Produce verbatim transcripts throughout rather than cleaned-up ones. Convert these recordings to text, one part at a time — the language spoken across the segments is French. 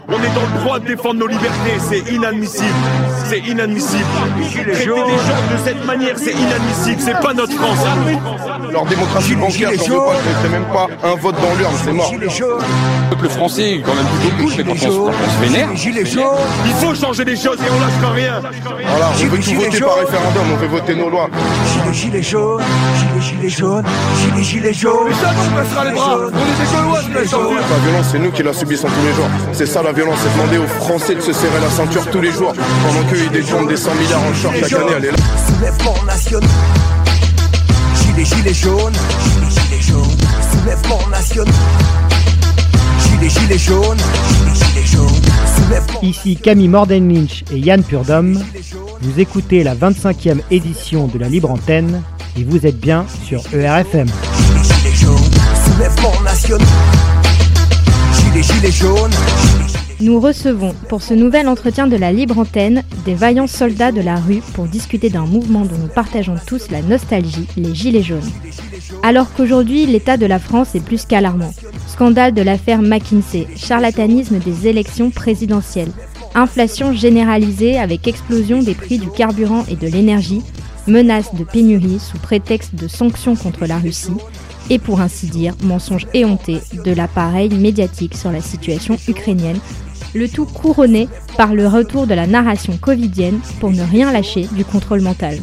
On est dans le droit de défendre nos libertés, c'est inadmissible. C'est inadmissible. Traiter des gens de cette manière, c'est inadmissible. C'est pas notre France. Leur démocratie bancaire, j'en veux pas, je ne même pas un vote dans l'urne, c'est mort. Le peuple français est quand même plutôt touché quand on, on se vénère. Il faut changer les choses et on lâchera rien. Voilà, on veut tout voter par référendum, on veut voter nos lois. Gilets, gilets jaunes, gilets, gilets jaunes, gilets, gilets jaunes. Mais ça, on passera les bras. On est des Gaulois, je La violence, c'est nous qui la subissons tous les jours. C'est ça la violence, c'est demander aux Français de se serrer la ceinture tous les jours. Pendant qu'eux, ils détournent des cent milliards en short chaque année, elle est là. Soulèvement national. Gilets, gilets jaunes, gilets, gilets jaunes. Soulèvement national. Gilets, gilets jaunes, gilets, gilets jaunes. Soulèvement. Ici Camille Morden-Lynch et Yann Purdom. Vous écoutez la vingt-cinquième édition de la Libre Antenne et vous êtes bien sur E R F M. Gilets, gilets jaunes. Soulèvement national. Gilets, gilets jaunes. Nous recevons pour ce nouvel entretien de la Libre Antenne des vaillants soldats de la rue pour discuter d'un mouvement dont nous partageons tous la nostalgie, les Gilets jaunes. Alors qu'aujourd'hui, l'état de la France est plus qu'alarmant. Scandale de l'affaire McKinsey, charlatanisme des élections présidentielles, inflation généralisée avec explosion des prix du carburant et de l'énergie, menace de pénurie sous prétexte de sanctions contre la Russie, et pour ainsi dire, mensonge éhonté de l'appareil médiatique sur la situation ukrainienne, le tout couronné par le retour de la narration covidienne pour ne rien lâcher du contrôle mental.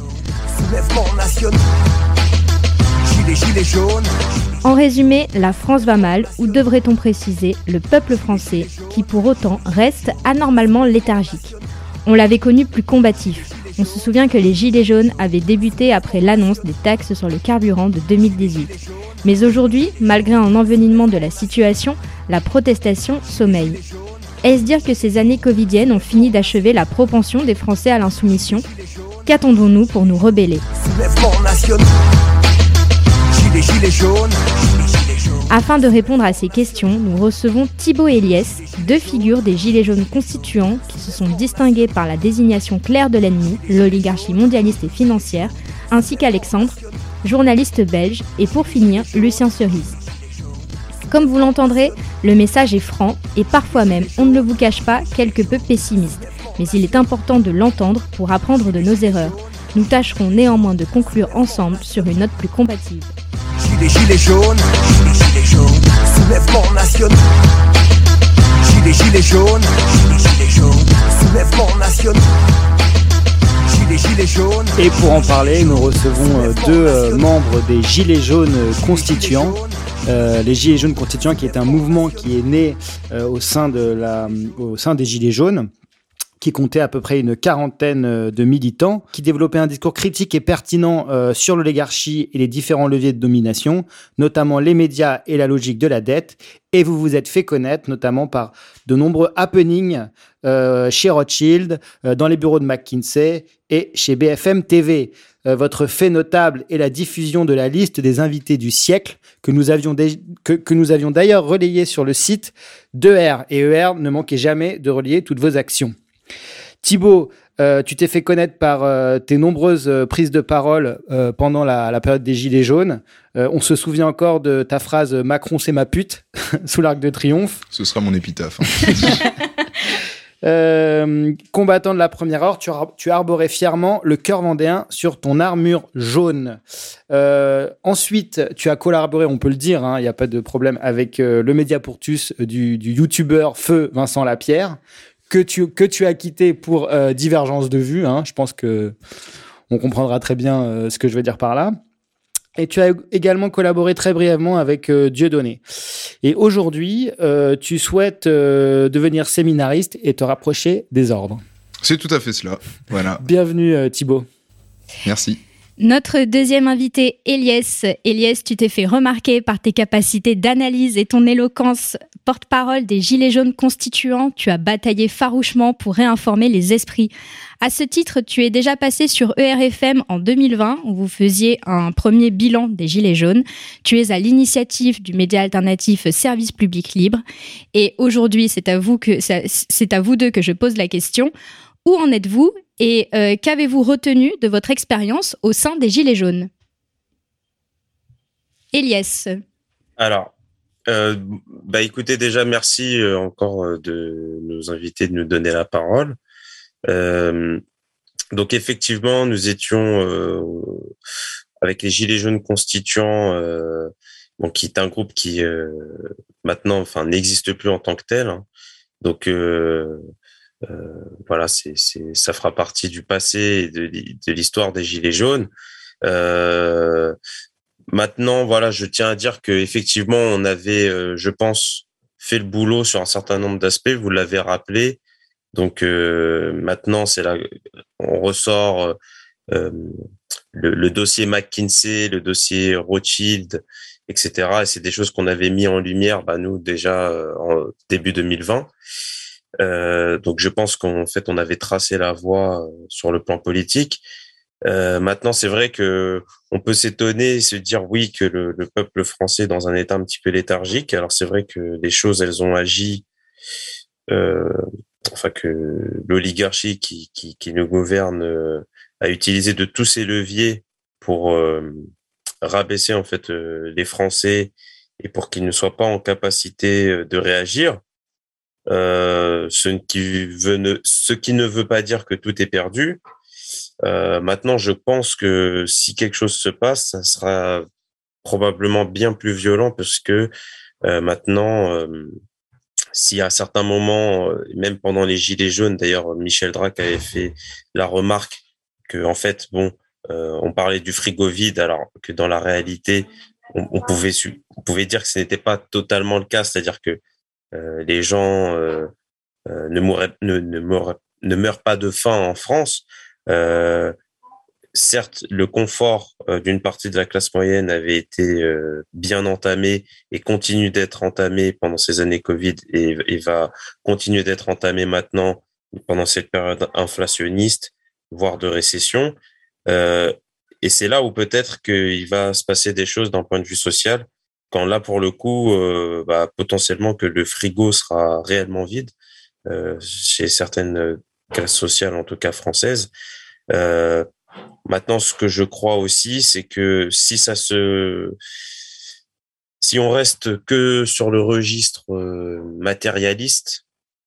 En résumé, la France va mal, ou devrait-on préciser, le peuple français, qui pour autant reste anormalement léthargique. On l'avait connu plus combatif. On se souvient que les Gilets jaunes avaient débuté après l'annonce des taxes sur le carburant de deux mille dix-huit. Mais aujourd'hui, malgré un envenimement de la situation, la protestation sommeille. Est-ce dire que ces années covidiennes ont fini d'achever la propension des Français à l'insoumission ? Qu'attendons-nous pour nous rebeller ? Afin de répondre à ces questions, nous recevons Thibaut Héliès, deux figures des Gilets jaunes constituants qui se sont distingués par la désignation claire de l'ennemi, l'oligarchie mondialiste et financière, ainsi qu'Alexandre, journaliste belge, et pour finir, Lucien Cerise. Comme vous l'entendrez, le message est franc et parfois même, on ne le vous cache pas, quelque peu pessimiste. Mais il est important de l'entendre pour apprendre de nos erreurs. Nous tâcherons néanmoins de conclure ensemble sur une note plus combative. Gilets, gilets jaunes, gilets, gilets jaunes, soulèvement national. Gilets, gilets jaunes, gilets, gilets jaunes, soulèvement national. Gilets, gilets jaunes. Et pour en parler, nous recevons euh, deux euh, membres des Gilets jaunes constituants. Euh, les Gilets jaunes constituants, qui est un mouvement qui est né euh, au sein de la, au sein des Gilets jaunes, qui comptait à peu près une quarantaine de militants, qui développaient un discours critique et pertinent euh, sur l'oligarchie et les différents leviers de domination, notamment les médias et la logique de la dette. Et vous vous êtes fait connaître notamment par de nombreux happenings euh, chez Rothschild, euh, dans les bureaux de McKinsey et chez B F M T V. Euh, votre fait notable est la diffusion de la liste des invités du siècle que nous avions, dé- que, que nous avions d'ailleurs relayé sur le site d'E R. Et E R ne manquait jamais de relayer toutes vos actions. Thibaut, euh, tu t'es fait connaître par euh, tes nombreuses euh, prises de parole euh, pendant la, la période des Gilets jaunes. Euh, on se souvient encore de ta phrase « Macron, c'est ma pute » sous l'Arc de Triomphe. Ce sera mon épitaphe. Hein. euh, combattant de la première heure, tu, ar- tu arborais fièrement le cœur vendéen sur ton armure jaune. Euh, ensuite, tu as collaboré, on peut le dire, il hein, n'y a pas de problème, avec euh, le média pour tous du, du youtubeur Feu Vincent Lapierre. Que tu, que tu as quitté pour euh, divergence de vues. Hein. Je pense que on comprendra très bien euh, ce que je veux dire par là. Et tu as également collaboré très brièvement avec euh, Dieudonné. Et aujourd'hui, euh, tu souhaites euh, devenir séminariste et te rapprocher des ordres. C'est tout à fait cela. Voilà. Bienvenue euh, Thibaut. Merci. Notre deuxième invité, Héliès. Héliès, tu t'es fait remarquer par tes capacités d'analyse et ton éloquence. Porte-parole des Gilets jaunes constituants, tu as bataillé farouchement pour réinformer les esprits. À ce titre, tu es déjà passé sur E R F M en deux mille vingt, où vous faisiez un premier bilan des Gilets jaunes. Tu es à l'initiative du média alternatif Service Public Libre. Et aujourd'hui, c'est à vous que, c'est à vous deux que je pose la question. Où en êtes-vous et euh, qu'avez-vous retenu de votre expérience au sein des Gilets jaunes ? Héliès. Alors, Euh, bah écoutez, déjà merci euh, encore euh, de nous inviter, de nous donner la parole. Euh, donc effectivement, nous étions euh, avec les Gilets jaunes constituants, euh, bon, qui est un groupe qui euh, maintenant, enfin, n'existe plus en tant que tel. Hein. Donc euh, euh, voilà, c'est, c'est, ça fera partie du passé et de, de l'histoire des Gilets jaunes. Euh, Maintenant, voilà, je tiens à dire que effectivement, on avait, euh, je pense, fait le boulot sur un certain nombre d'aspects. Vous l'avez rappelé. Donc euh, maintenant, c'est là, on ressort euh, le, le dossier McKinsey, le dossier Rothschild, et cetera. Et c'est des choses qu'on avait mis en lumière, bah, nous déjà euh, en début deux mille vingt. Euh, donc je pense qu'en fait, on avait tracé la voie euh, sur le plan politique. Euh, maintenant, c'est vrai que on peut s'étonner et se dire oui que le, le peuple français est dans un état un petit peu léthargique. Alors c'est vrai que les choses, elles ont agi, euh, enfin que l'oligarchie qui, qui, qui nous gouverne euh, a utilisé de tous ses leviers pour euh, rabaisser en fait euh, les Français et pour qu'ils ne soient pas en capacité de réagir. Euh, ce qui veut ne, ce qui ne veut pas dire que tout est perdu. Euh, maintenant, je pense que si quelque chose se passe, ça sera probablement bien plus violent parce que euh, maintenant, euh, si à certains moments, euh, même pendant les Gilets jaunes, d'ailleurs, Michel Drac avait fait la remarque que, en fait, bon, euh, on parlait du frigo vide, alors que dans la réalité, on, on pouvait, on pouvait dire que ce n'était pas totalement le cas, c'est-à-dire que euh, les gens euh, euh, ne mourraient, ne, ne meurent, ne meurent pas de faim en France. Euh, certes, le confort euh, d'une partie de la classe moyenne avait été euh, bien entamé et continue d'être entamé pendant ces années Covid et, et va continuer d'être entamé maintenant pendant cette période inflationniste, voire de récession. Euh, et c'est là où peut-être qu'il va se passer des choses d'un point de vue social, quand là, pour le coup, euh, bah, potentiellement que le frigo sera réellement vide euh, chez certaines classes sociales, en tout cas françaises. Euh, maintenant, ce que je crois aussi, c'est que si ça se, si on reste que sur le registre euh, matérialiste,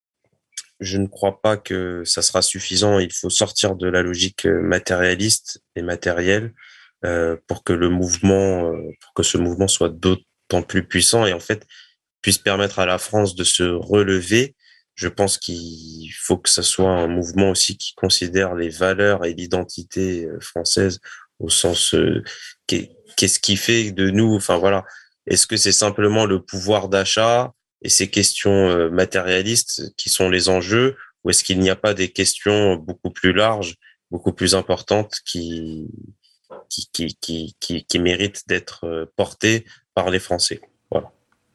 je ne crois pas que ça sera suffisant. Il faut sortir de la logique matérialiste et matérielle euh, pour que le mouvement, euh, pour que ce mouvement soit d'autant plus puissant et en fait puisse permettre à la France de se relever. Je pense qu'il faut que ce soit un mouvement aussi qui considère les valeurs et l'identité française au sens euh, qu'est-ce qui fait de nous, enfin voilà, est-ce que c'est simplement le pouvoir d'achat et ces questions euh, matérialistes qui sont les enjeux, ou est-ce qu'il n'y a pas des questions beaucoup plus larges, beaucoup plus importantes qui qui qui qui qui, qui méritent d'être portées par les Français. Voilà. Thibaut ?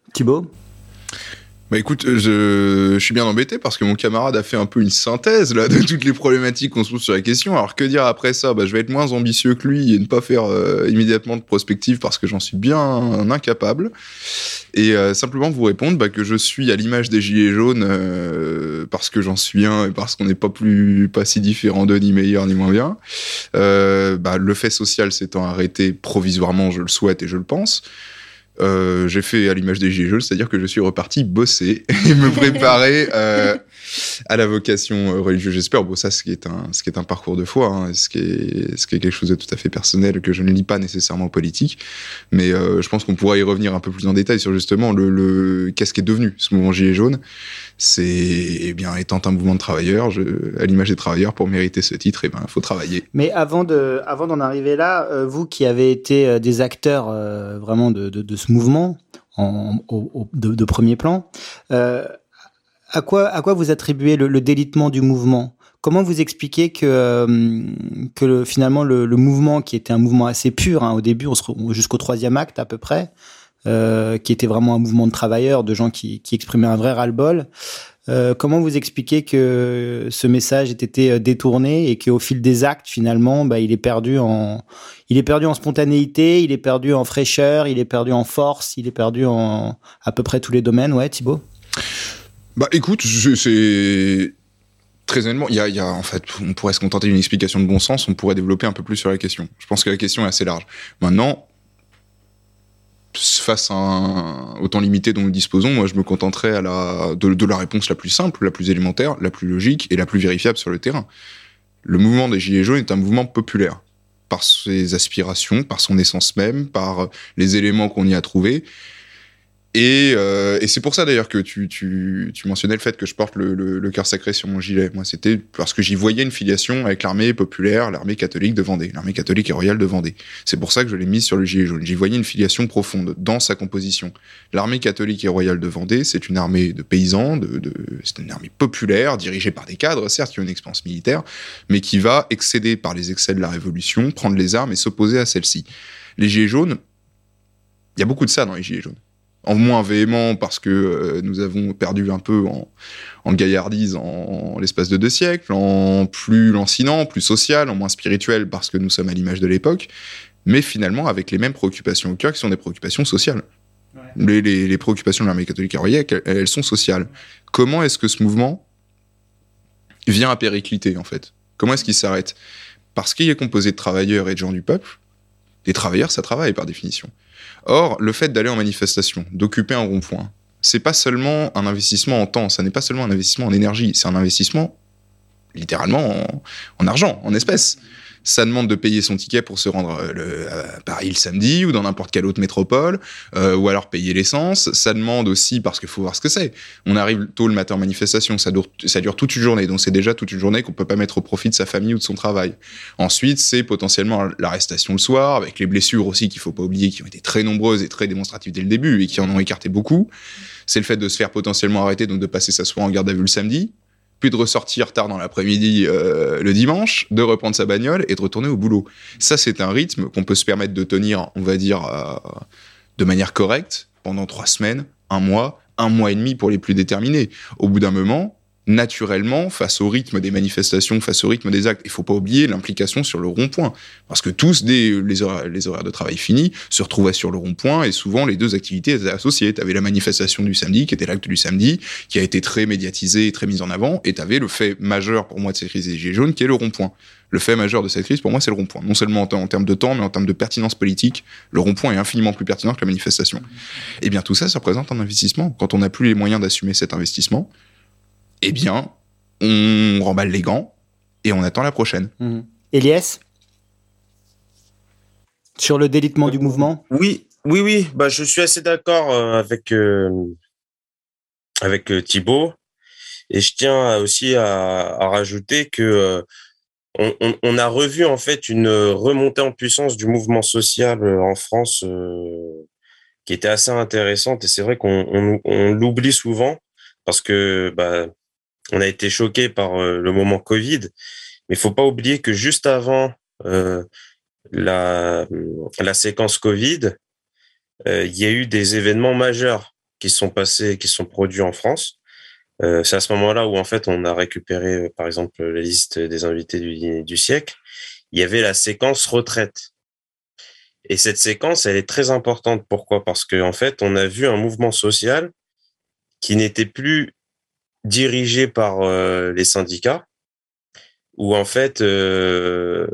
Bah écoute, je, je suis bien embêté parce que mon camarade a fait un peu une synthèse là de toutes les problématiques qu'on se pose sur la question. Alors que dire après ça ? Bah je vais être moins ambitieux que lui et ne pas faire euh, immédiatement de prospective parce que j'en suis bien incapable. Et euh, simplement vous répondre bah, que je suis à l'image des Gilets jaunes euh, parce que j'en suis un et parce qu'on n'est pas plus pas si différent d'eux, ni meilleur ni moins bien. Euh, bah le fait social s'étant arrêté provisoirement, je le souhaite et je le pense. Euh, j'ai fait à l'image des Gilets jaunes, c'est-à-dire que je suis reparti bosser et me préparer euh, à la vocation religieuse, j'espère. Bon, ça, ce qui est un, ce qui est un parcours de foi, hein, ce qui est, ce qui est quelque chose de tout à fait personnel que je ne lis pas nécessairement politique, mais euh, je pense qu'on pourra y revenir un peu plus en détail sur justement le, le qu'est-ce qui est devenu ce mouvement Gilets jaunes. C'est, eh bien, étant un mouvement de travailleurs, je, à l'image des travailleurs, pour mériter ce titre, eh ben, faut travailler. Mais avant de, avant d'en arriver là, euh, vous qui avez été euh, des acteurs euh, vraiment de, de, de ce mouvement en, au, au, de, de premier plan, euh, à quoi, à quoi vous attribuez le, le délitement du mouvement ? Comment vous expliquez que, euh, que le, finalement le, le mouvement, qui était un mouvement assez pur hein, au début, on se, jusqu'au troisième acte à peu près, Euh, qui était vraiment un mouvement de travailleurs, de gens qui, qui exprimaient un vrai ras-le-bol. Euh, comment vous expliquez que ce message ait été détourné et qu'au fil des actes, finalement, bah, il est perdu en, il est perdu en spontanéité, il est perdu en fraîcheur, il est perdu en force, il est perdu en à peu près tous les domaines. Ouais, Thibaut ? Bah, écoute, je, c'est très honnêtement, il y a, il y a, en fait, on pourrait se contenter d'une explication de bon sens, on pourrait développer un peu plus sur la question. Je pense que la question est assez large. Maintenant, face à un, au temps limité dont nous disposons, moi je me contenterais à la, de, de la réponse la plus simple, la plus élémentaire, la plus logique et la plus vérifiable sur le terrain. Le mouvement des Gilets jaunes est un mouvement populaire, par ses aspirations, par son essence même, par les éléments qu'on y a trouvés. Et, euh, et c'est pour ça d'ailleurs que tu, tu, tu mentionnais le fait que je porte le, le, le cœur sacré sur mon gilet. Moi, c'était parce que j'y voyais une filiation avec l'armée populaire, l'armée catholique de Vendée, l'armée catholique et royale de Vendée. C'est pour ça que je l'ai mise sur le gilet jaune. J'y voyais une filiation profonde dans sa composition. L'armée catholique et royale de Vendée, c'est une armée de paysans, de, de, c'est une armée populaire, dirigée par des cadres, certes, qui ont une expérience militaire, mais qui va excéder par les excès de la Révolution, prendre les armes et s'opposer à celle-ci. Les gilets jaunes, il y a beaucoup de ça dans les gilets jaunes. En moins véhément parce que euh, nous avons perdu un peu en, en gaillardise en, en l'espace de deux siècles, en plus lancinant, plus social, en moins spirituel parce que nous sommes à l'image de l'époque, mais finalement avec les mêmes préoccupations au cœur qui sont des préoccupations sociales. Ouais. Les, les, les préoccupations de l'armée catholique et royale, elles, elles sont sociales. Comment est-ce que ce mouvement vient à péricliter en fait ? Comment est-ce qu'il s'arrête ? Parce qu'il est composé de travailleurs et de gens du peuple. Les travailleurs, ça travaille par définition. Or, le fait d'aller en manifestation, d'occuper un rond-point, c'est pas seulement un investissement en temps, ça n'est pas seulement un investissement en énergie, c'est un investissement littéralement en, en argent, en espèces. Ça demande de payer son ticket pour se rendre le, à Paris le samedi ou dans n'importe quelle autre métropole, euh, ou alors payer l'essence. Ça demande aussi, parce qu'il faut voir ce que c'est. On arrive tôt le matin en manifestation, ça dure, ça dure toute une journée, donc c'est déjà toute une journée qu'on peut pas mettre au profit de sa famille ou de son travail. Ensuite, c'est potentiellement l'arrestation le soir, avec les blessures aussi qu'il faut pas oublier, qui ont été très nombreuses et très démonstratives dès le début et qui en ont écarté beaucoup. C'est le fait de se faire potentiellement arrêter, donc de passer sa soirée en garde à vue le samedi, puis de ressortir tard dans l'après-midi euh, le dimanche, de reprendre sa bagnole et de retourner au boulot. Ça, c'est un rythme qu'on peut se permettre de tenir, on va dire, euh, de manière correcte, pendant trois semaines, un mois, un mois et demi pour les plus déterminés. Au bout d'un moment, naturellement, face au rythme des manifestations, face au rythme des actes, il ne faut pas oublier l'implication sur le rond-point. Parce que tous, dès les horaires, les horaires de travail finis, se retrouvaient sur le rond-point et souvent les deux activités étaient associées. Tu avais la manifestation du samedi, qui était l'acte du samedi, qui a été très médiatisé et très mis en avant, et tu avais le fait majeur pour moi de cette crise des Gilets jaunes, qui est le rond-point. Le fait majeur de cette crise, pour moi, c'est le rond-point. Non seulement en, t- en termes de temps, mais en termes de pertinence politique, le rond-point est infiniment plus pertinent que la manifestation. Et bien tout ça, ça représente un investissement. Quand on n'a plus les moyens d'assumer cet investissement, eh bien, on remballe les gants et on attend la prochaine. Mmh. Elias ? Sur le délitement du mouvement ? Oui, oui, oui. Bah, je suis assez d'accord euh, avec, euh, avec euh, Thibaut. Et je tiens aussi à, à rajouter que euh, on, on, on a revu en fait une remontée en puissance du mouvement social en France euh, qui était assez intéressante. Et c'est vrai qu'on on, on l'oublie souvent parce que bah, on a été choqué par euh, le moment Covid, mais il faut pas oublier que juste avant euh, la, la séquence Covid, euh, il y a eu des événements majeurs qui sont passés, qui sont produits en France. Euh, c'est à ce moment-là où en fait on a récupéré, par exemple, la liste des invités du, du siècle. Il y avait la séquence retraite. Et cette séquence, elle est très importante. Pourquoi ? Parce que en fait, on a vu un mouvement social qui n'était plus dirigé par euh, les syndicats, où en fait, euh,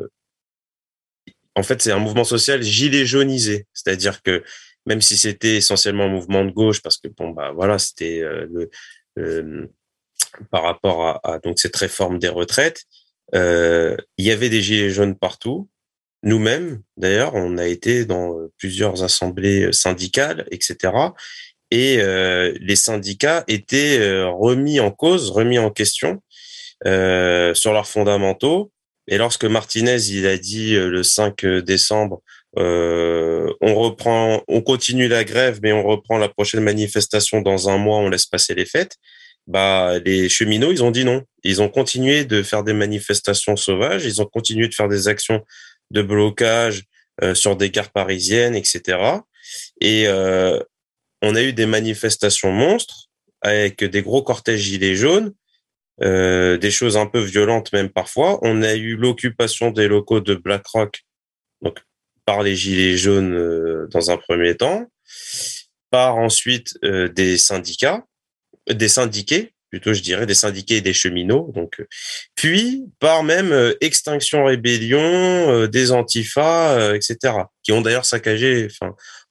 en fait, c'est un mouvement social gilet jaunisé, c'est-à-dire que même si c'était essentiellement un mouvement de gauche, parce que bon bah voilà, c'était euh, le euh, par rapport à, à donc cette réforme des retraites, euh, il y avait des gilets jaunes partout. Nous-mêmes, d'ailleurs, on a été dans plusieurs assemblées syndicales, et cetera. Et euh, les syndicats étaient euh, remis en cause, remis en question euh, sur leurs fondamentaux. Et lorsque Martinez il a dit euh, le cinq décembre, euh, on reprend, on continue la grève, mais on reprend la prochaine manifestation dans un mois, on laisse passer les fêtes. Bah, les cheminots, ils ont dit non. Ils ont continué de faire des manifestations sauvages, ils ont continué de faire des actions de blocage euh, sur des gares parisiennes, et cetera. Et euh, on a eu des manifestations monstres avec des gros cortèges gilets jaunes, euh, des choses un peu violentes même parfois. On a eu l'occupation des locaux de BlackRock, donc par les gilets jaunes euh, dans un premier temps, par ensuite euh, des syndicats, des syndiqués plutôt, je dirais, des syndiqués et des cheminots, donc puis par même euh, Extinction Rébellion, euh, des Antifas, euh, et cetera, qui ont d'ailleurs saccagé, enfin,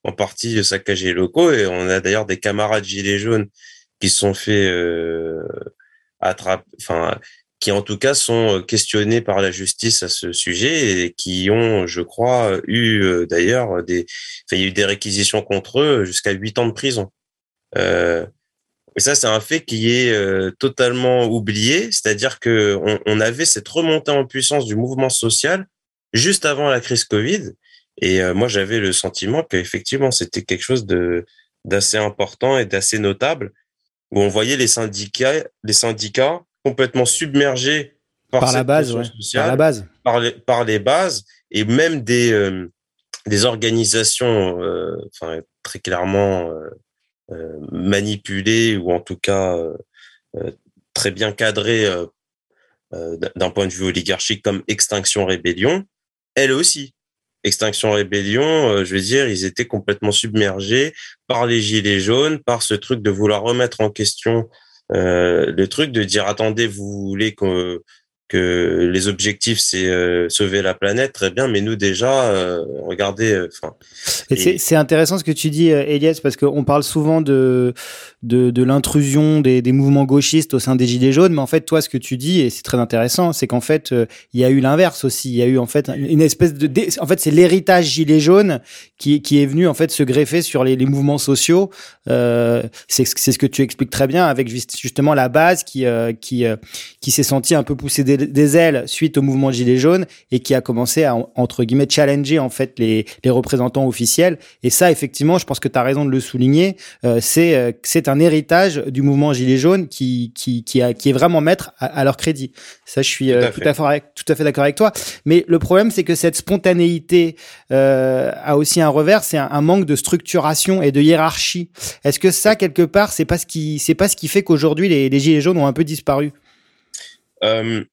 en partie saccagé les locaux, et on a d'ailleurs des camarades gilets jaunes qui se sont fait euh, attraper, enfin, qui en tout cas sont questionnés par la justice à ce sujet et qui ont, je crois, eu euh, d'ailleurs des, enfin, il y a eu des réquisitions contre eux jusqu'à huit ans de prison. Euh, et ça, c'est un fait qui est euh, totalement oublié, c'est-à-dire que on, on avait cette remontée en puissance du mouvement social juste avant la crise Covid, et euh, moi j'avais le sentiment qu'effectivement c'était quelque chose de d'assez important et d'assez notable, où on voyait les syndicats, les syndicats complètement submergés par, Par cette la base, pression ouais. sociale, Par la base. par les, par les bases, et même des euh, des organisations, euh, enfin très clairement euh, euh, manipulées, ou en tout cas euh, euh, très bien cadrées euh, euh, d'un point de vue oligarchique, comme Extinction Rébellion, elle aussi. Extinction Rébellion, euh, je veux dire, ils étaient complètement submergés par les gilets jaunes, par ce truc de vouloir remettre en question euh, le truc, de dire attendez, vous voulez que, que les objectifs c'est euh, sauver la planète, très bien, mais nous déjà, euh, regardez, enfin. Euh, c'est, c'est intéressant ce que tu dis, Elias, parce qu'on parle souvent de de, de l'intrusion des, des mouvements gauchistes au sein des gilets jaunes, mais en fait, toi, ce que tu dis, et c'est très intéressant, c'est qu'en fait, euh, il y a eu l'inverse aussi. Il y a eu en fait une espèce de, dé... en fait, c'est l'héritage gilet jaune qui qui est venu en fait se greffer sur les, les mouvements sociaux. Euh, c'est c'est ce que tu expliques très bien, avec justement la base qui euh, qui euh, qui s'est sentie un peu pousser des, des ailes suite au mouvement gilet jaune et qui a commencé à entre guillemets challenger en fait les les représentants officiels. Et ça, effectivement, je pense que tu as raison de le souligner. Euh, c'est euh, c'est un héritage du mouvement gilet jaune qui qui qui a qui est vraiment maître à, à leur crédit. Ça, je suis euh, tout, à tout à fait tout à fait d'accord avec toi. Mais le problème, c'est que cette spontanéité euh, a aussi un revers, c'est un, un manque de structuration et de hiérarchie. Est-ce que ça, quelque part, c'est pas ce qui c'est pas ce qui fait qu'aujourd'hui les, les gilets jaunes ont un peu disparu? Euh,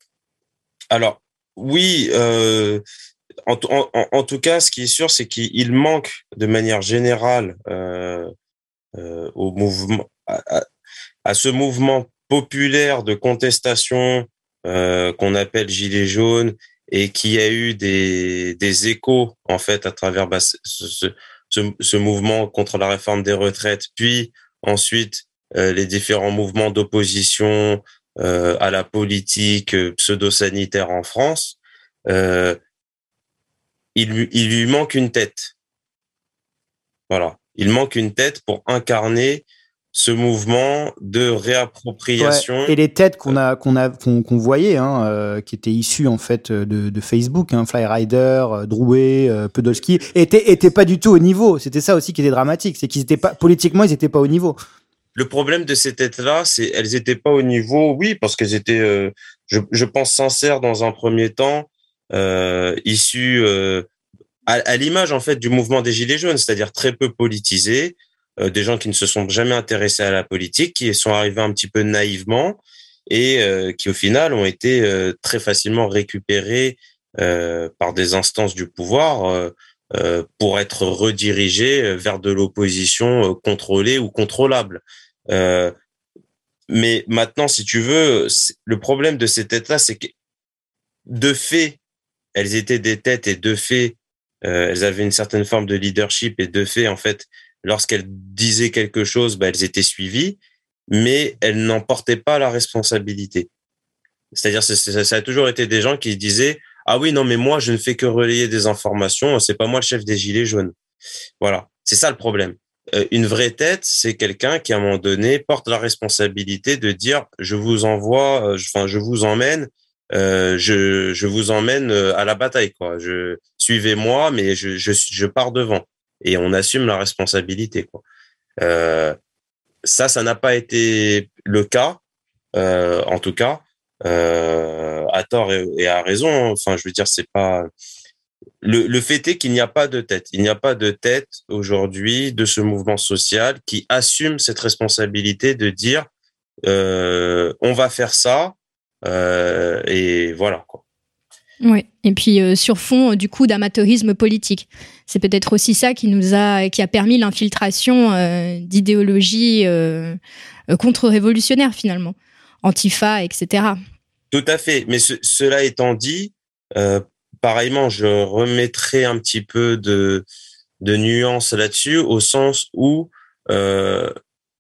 alors oui. Euh... En, en, en tout cas, ce qui est sûr, c'est qu'il manque de manière générale euh, euh, au mouvement, à, à ce mouvement populaire de contestation euh, qu'on appelle Gilets jaunes, et qui a eu des, des échos en fait à travers bah, ce, ce, ce, ce mouvement contre la réforme des retraites, puis ensuite euh, les différents mouvements d'opposition euh, à la politique euh, pseudo-sanitaire en France. Euh, Il lui, il lui manque une tête. Voilà. Il manque une tête pour incarner ce mouvement de réappropriation. Ouais. Et les têtes qu'on a, qu'on a, qu'on, qu'on voyait, hein, euh, qui étaient issues en fait de, de Facebook, hein, Flyrider, euh, Drouet, euh, Podolski, étaient, étaient pas du tout au niveau. C'était ça aussi qui était dramatique, c'est qu'ils étaient pas politiquement, ils étaient pas au niveau. Le problème de ces têtes-là, c'est elles étaient pas au niveau, oui, parce qu'elles étaient, euh, je, je pense, sincères dans un premier temps. Euh, issus euh, à, à l'image en fait du mouvement des Gilets jaunes, c'est-à-dire très peu politisés, euh, des gens qui ne se sont jamais intéressés à la politique, qui sont arrivés un petit peu naïvement et euh, qui au final ont été euh, très facilement récupérés euh, par des instances du pouvoir euh, euh, pour être redirigés vers de l'opposition euh, contrôlée ou contrôlable. Euh, mais maintenant, si tu veux, le problème de ces têtes-là, c'est que de fait, elles étaient des têtes, et de fait, euh, elles avaient une certaine forme de leadership, et de fait, en fait, lorsqu'elles disaient quelque chose, bah, elles étaient suivies, mais elles n'en portaient pas la responsabilité. C'est-à-dire, c'est, c'est, ça a toujours été des gens qui disaient « Ah oui, non, mais moi, je ne fais que relayer des informations, c'est pas moi le chef des Gilets jaunes. » Voilà, c'est ça le problème. Euh, une vraie tête, c'est quelqu'un qui, à un moment donné, porte la responsabilité de dire « Je vous envoie, enfin, je vous emmène ». Euh, je, je vous emmène à la bataille, quoi. Je suivez-moi, mais je, je, je pars devant, et on assume la responsabilité, quoi. Euh, ça, ça n'a pas été le cas, euh, en tout cas, euh, à tort et, et à raison. Enfin, je veux dire, c'est pas le, le fait est qu'il n'y a pas de tête. Il n'y a pas de tête aujourd'hui de ce mouvement social qui assume cette responsabilité de dire euh, on va faire ça. Euh, et voilà, quoi. Oui, et puis euh, sur fond du coup d'amateurisme politique. C'est peut-être aussi ça qui nous a, qui a permis l'infiltration euh, d'idéologies euh, contre-révolutionnaires finalement, Antifa, et cetera. Tout à fait. Mais ce, cela étant dit, euh, pareillement, je remettrai un petit peu de de nuances là-dessus, au sens où euh,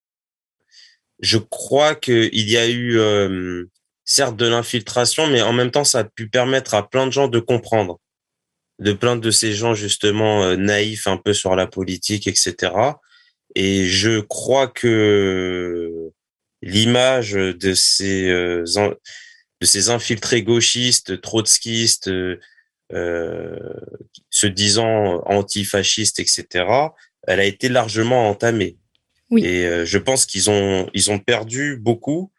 je crois qu'il y a eu euh, certes de l'infiltration, mais en même temps, ça a pu permettre à plein de gens de comprendre, de plein de ces gens justement euh, naïfs un peu sur la politique, et cetera. Et je crois que l'image de ces euh, de ces infiltrés gauchistes, trotskistes, euh, euh, se disant antifascistes, et cetera, elle a été largement entamée. Oui. Et euh, je pense qu'ils ont ils ont perdu beaucoup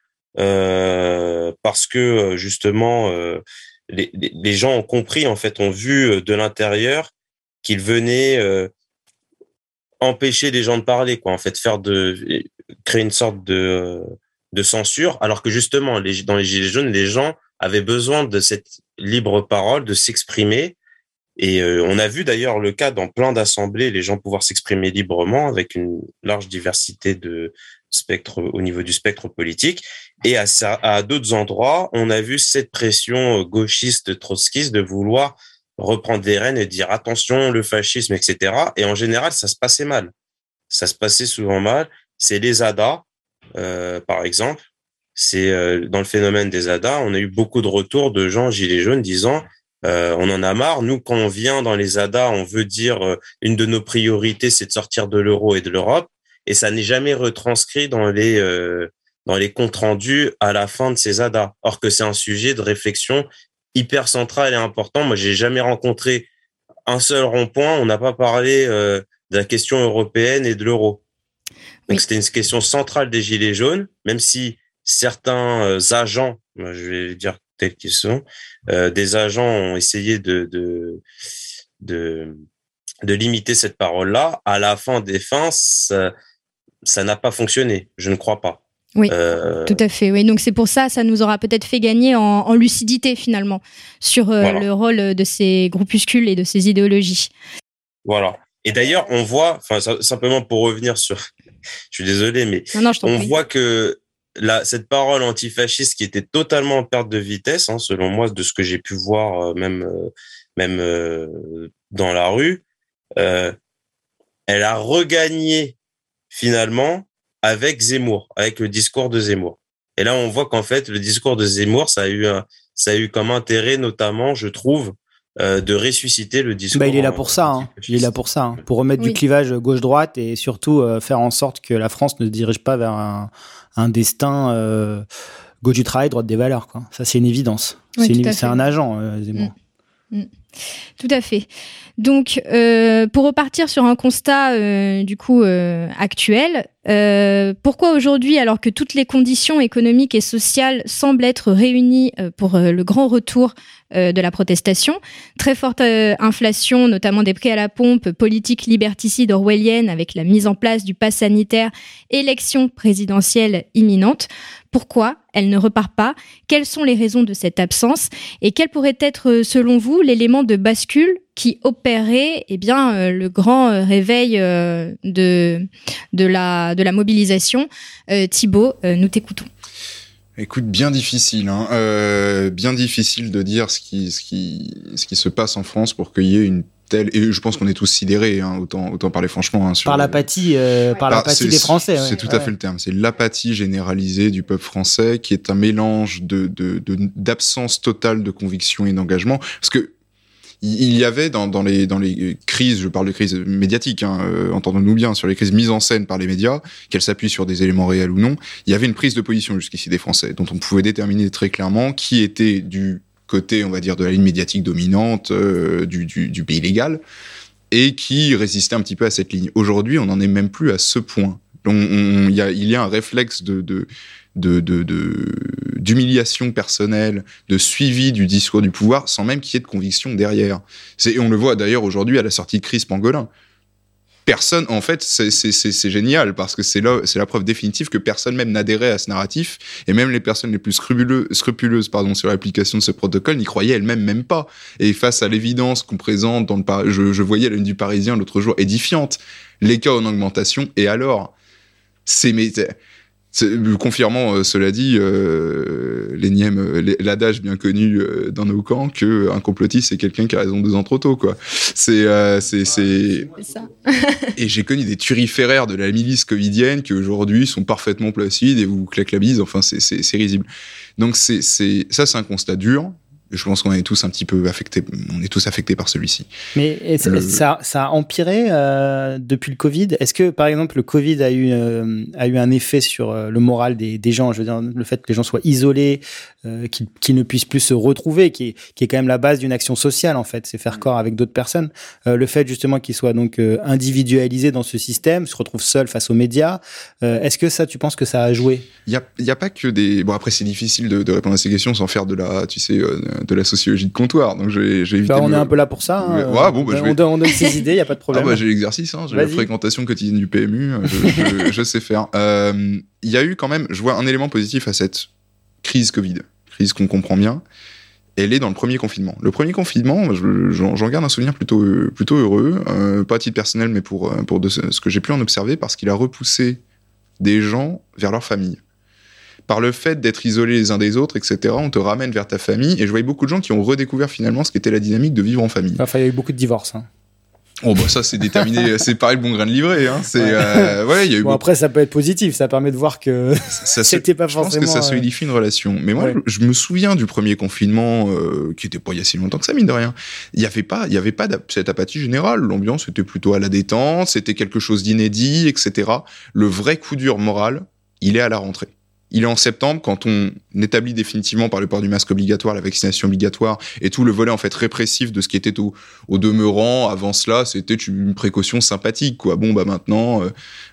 euh, parce que justement euh, les, les gens ont compris, en fait, ont vu de l'intérieur qu'ils venaient euh, empêcher les gens de parler, quoi, en fait, faire de créer une sorte de de censure, alors que justement les, dans les Gilets jaunes, les gens avaient besoin de cette libre parole, de s'exprimer. Et euh, on a vu d'ailleurs le cas dans plein d'assemblées, les gens pouvoir s'exprimer librement avec une large diversité de spectre au niveau du spectre politique. Et à, ça, à d'autres endroits, on a vu cette pression gauchiste, trotskiste de vouloir reprendre des rênes et dire attention, le fascisme, et cetera. Et en général, ça se passait mal. Ça se passait souvent mal. C'est les A D A, euh, par exemple. C'est euh, dans le phénomène des A D A, on a eu beaucoup de retours de gens gilets jaunes disant Euh, on en a marre. Nous, quand on vient dans les A D A, on veut dire euh, une de nos priorités, c'est de sortir de l'euro et de l'Europe, et ça n'est jamais retranscrit dans les euh, dans les comptes rendus à la fin de ces A D A. Or que c'est un sujet de réflexion hyper central et important. Moi, j'ai jamais rencontré un seul rond-point. On n'a pas parlé euh, de la question européenne et de l'euro. Donc, oui. C'était une question centrale des Gilets jaunes, même si certains euh, agents, je vais dire tels qu'ils sont, euh, des agents ont essayé de, de, de, de limiter cette parole-là. À la fin des fins, ça, ça n'a pas fonctionné. Je ne crois pas. Oui, euh... tout à fait. Oui. Donc c'est pour ça, ça nous aura peut-être fait gagner en, en lucidité finalement sur euh, voilà. le rôle de ces groupuscules et de ces idéologies. Voilà. Et d'ailleurs, on voit, enfin simplement pour revenir sur, je suis désolé, mais non, non, je t'en on prie. voit que la, cette parole antifasciste qui était totalement en perte de vitesse, hein, selon moi, de ce que j'ai pu voir, euh, même euh, même euh, dans la rue, euh, elle a regagné finalement avec Zemmour, avec le discours de Zemmour. Et là, on voit qu'en fait, le discours de Zemmour, ça a eu un, ça a eu comme intérêt, notamment, je trouve, euh, de ressusciter le discours. Bah, il est là pour ça. Hein. Il est là pour ça, hein. Pour remettre oui. du clivage gauche-droite et surtout euh, faire en sorte que la France ne se dirige pas vers un, un destin euh, gauche du travail, droite des valeurs, quoi. Ça, c'est une évidence. Oui, c'est, une, c'est un agent, euh, Zemmour. Mmh. Mmh. Tout à fait. Donc, euh, pour repartir sur un constat euh, du coup euh, actuel, euh, pourquoi aujourd'hui, alors que toutes les conditions économiques et sociales semblent être réunies euh, pour euh, le grand retour euh, de la protestation, très forte euh, inflation, notamment des prix à la pompe, politique liberticide orwellienne avec la mise en place du pass sanitaire, élection présidentielle imminente, pourquoi elle ne repart pas? Quelles sont les raisons de cette absence? Et quel pourrait être, selon vous, l'élément de bascule qui opérait eh bien, euh, le grand euh, réveil euh, de, de, la, de la mobilisation? euh, Thibaut, euh, nous t'écoutons. Écoute, bien difficile, hein. euh, bien difficile de dire ce qui, ce, qui, ce qui se passe en France pour qu'il y ait une telle... Et je pense qu'on est tous sidérés, hein, autant, autant parler franchement. Hein, sur par l'apathie, euh, ouais. par l'apathie des Français. C'est ouais. tout à ouais. fait le terme. C'est l'apathie généralisée du peuple français qui est un mélange de, de, de, d'absence totale de conviction et d'engagement. Parce que il y avait dans, dans, les, dans les crises, je parle de crises médiatiques, hein, euh, entendons-nous bien, sur les crises mises en scène par les médias, qu'elles s'appuient sur des éléments réels ou non, il y avait une prise de position jusqu'ici des Français, dont on pouvait déterminer très clairement qui était du côté, on va dire, de la ligne médiatique dominante euh, du, du, du pays légal, et qui résistait un petit peu à cette ligne. Aujourd'hui, on n'en est même plus à ce point. On, on, il, y a, il y a un réflexe de... de De, de, de, d'humiliation personnelle, de suivi du discours du pouvoir, sans même qu'il y ait de conviction derrière. C'est, et on le voit d'ailleurs aujourd'hui à la sortie de crise Pangolin. Personne, en fait, c'est, c'est, c'est, c'est génial, parce que c'est là, c'est la preuve définitive que personne même n'adhérait à ce narratif, et même les personnes les plus scrupuleux, scrupuleuses pardon, sur l'application de ce protocole n'y croyaient elles-mêmes même pas. Et face à l'évidence qu'on présente dans le Par- je, je voyais la une du Parisien l'autre jour, édifiante, les cas en augmentation, et alors, c'est... Mais, C'est, confirmant, euh, cela dit, euh, l'énième, euh, l'adage bien connu euh, dans nos camps que un complotiste c'est quelqu'un qui a raison deux ans trop tôt, quoi. C'est, euh, c'est, c'est. C'est ça. Et j'ai connu des turiféraires de la milice covidienne qui aujourd'hui sont parfaitement placides et vous claquent la bise. Enfin, c'est, c'est, c'est risible. Donc c'est, c'est, ça, c'est un constat dur. Je pense qu'on est tous un petit peu affectés, on est tous affectés par celui-ci. Mais est-ce, le... ça, ça a empiré euh, depuis le Covid. Est-ce que, par exemple, le Covid a eu, euh, a eu un effet sur euh, le moral des, des gens? Je veux dire, le fait que les gens soient isolés, euh, qu'ils, qu'ils ne puissent plus se retrouver, qui est, qui est quand même la base d'une action sociale, en fait, c'est faire corps avec d'autres personnes. Euh, le fait, justement, qu'ils soient donc euh, individualisés dans ce système, se retrouvent seuls face aux médias. Euh, est-ce que ça, tu penses que ça a joué? Il y a, il y a pas que des... Bon, après, c'est difficile de, de répondre à ces questions sans faire de la, tu sais... Euh, de la sociologie de comptoir, donc j'ai, j'ai évité. Bah, on me... est un peu là pour ça. Hein. Ouais, bon, bah, je vais... on, donne, on donne ses idées, il y a pas de problème. Ah bah j'ai l'exercice, hein, j'ai Vas-y. La fréquentation quotidienne du P M U, je, je, je sais faire. Il euh, y a eu quand même, je vois un élément positif à cette crise Covid, crise qu'on comprend bien. Elle est dans le premier confinement. Le premier confinement, je, j'en, j'en garde un souvenir plutôt plutôt heureux, euh, pas à titre personnel, mais pour pour de ce, ce que j'ai pu en observer, parce qu'il a repoussé des gens vers leur famille. Par le fait d'être isolés les uns des autres, et cetera, on te ramène vers ta famille. Et je voyais beaucoup de gens qui ont redécouvert finalement ce qu'était la dynamique de vivre en famille. Enfin, il y a eu beaucoup de divorces. Hein. Oh bah ça c'est déterminé, c'est pareil le bon grain de livret. Hein. C'est ouais, euh, ouais il y a eu. Bon beaucoup... après ça peut être positif, ça permet de voir que ça, c'était pas je forcément. Je pense que ça solidifie une relation. Mais moi ouais. je, je me souviens du premier confinement euh, qui était pas il y a si longtemps que ça mine de rien. Il y avait pas, il y avait pas cette apathie générale. L'ambiance était plutôt à la détente, c'était quelque chose d'inédit, et cetera. Le vrai coup dur moral, il est à la rentrée. Il est en septembre, quand on établit définitivement par le port du masque obligatoire, la vaccination obligatoire, et tout le volet en fait répressif de ce qui était au, au demeurant. Avant cela, c'était une précaution sympathique, quoi. Bon, bah maintenant, euh,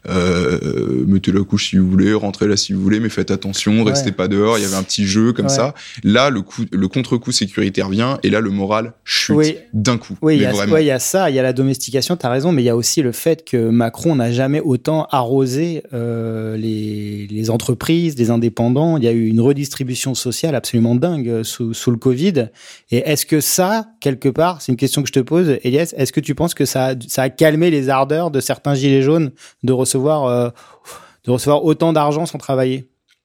euh, mettez la couche si vous voulez, rentrez là si vous voulez, mais faites attention, ouais. Restez pas dehors. Il y avait un petit jeu comme ouais. ça. Là, le, coup, le contre-coup sécuritaire vient, et là, le moral chute oui. d'un coup. Oui, il y, ouais, y a ça, il y a la domestication, t'as raison, mais il y a aussi le fait que Macron n'a jamais autant arrosé euh, les, les entreprises, les indépendants. Il y a eu une redistribution sociale absolument dingue sous, sous le Covid. Et est-ce que ça, quelque part, c'est une question que je te pose, Elias, est-ce que tu penses que ça a, ça a calmé les ardeurs de certains gilets jaunes de recevoir, euh, de recevoir autant d'argent sans travailler?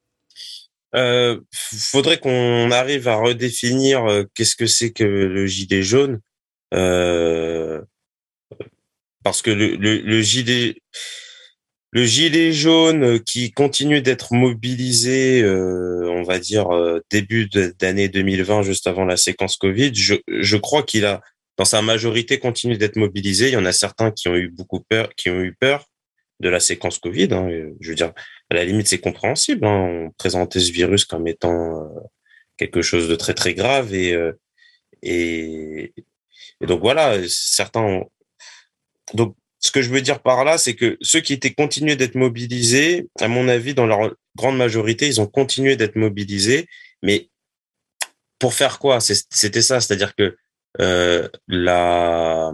Euh, faudrait qu'on arrive à redéfinir euh, qu'est-ce que c'est que le gilet jaune. Euh, parce que le, le, le gilet... Le gilet jaune qui continue d'être mobilisé, euh, on va dire euh, début de, d'année deux mille vingt, juste avant la séquence Covid, je, je crois qu'il a, dans sa majorité, continué d'être mobilisé. Il y en a certains qui ont eu beaucoup peur, qui ont eu peur de la séquence Covid. Hein. Je veux dire, à la limite, c'est compréhensible. Hein. On présentait ce virus comme étant euh, quelque chose de très très grave et euh, et, et donc voilà, certains. Ont... Donc ce que je veux dire par là, c'est que ceux qui étaient continués d'être mobilisés, à mon avis, dans leur grande majorité, ils ont continué d'être mobilisés. Mais pour faire quoi? C'était ça, c'est-à-dire que euh, la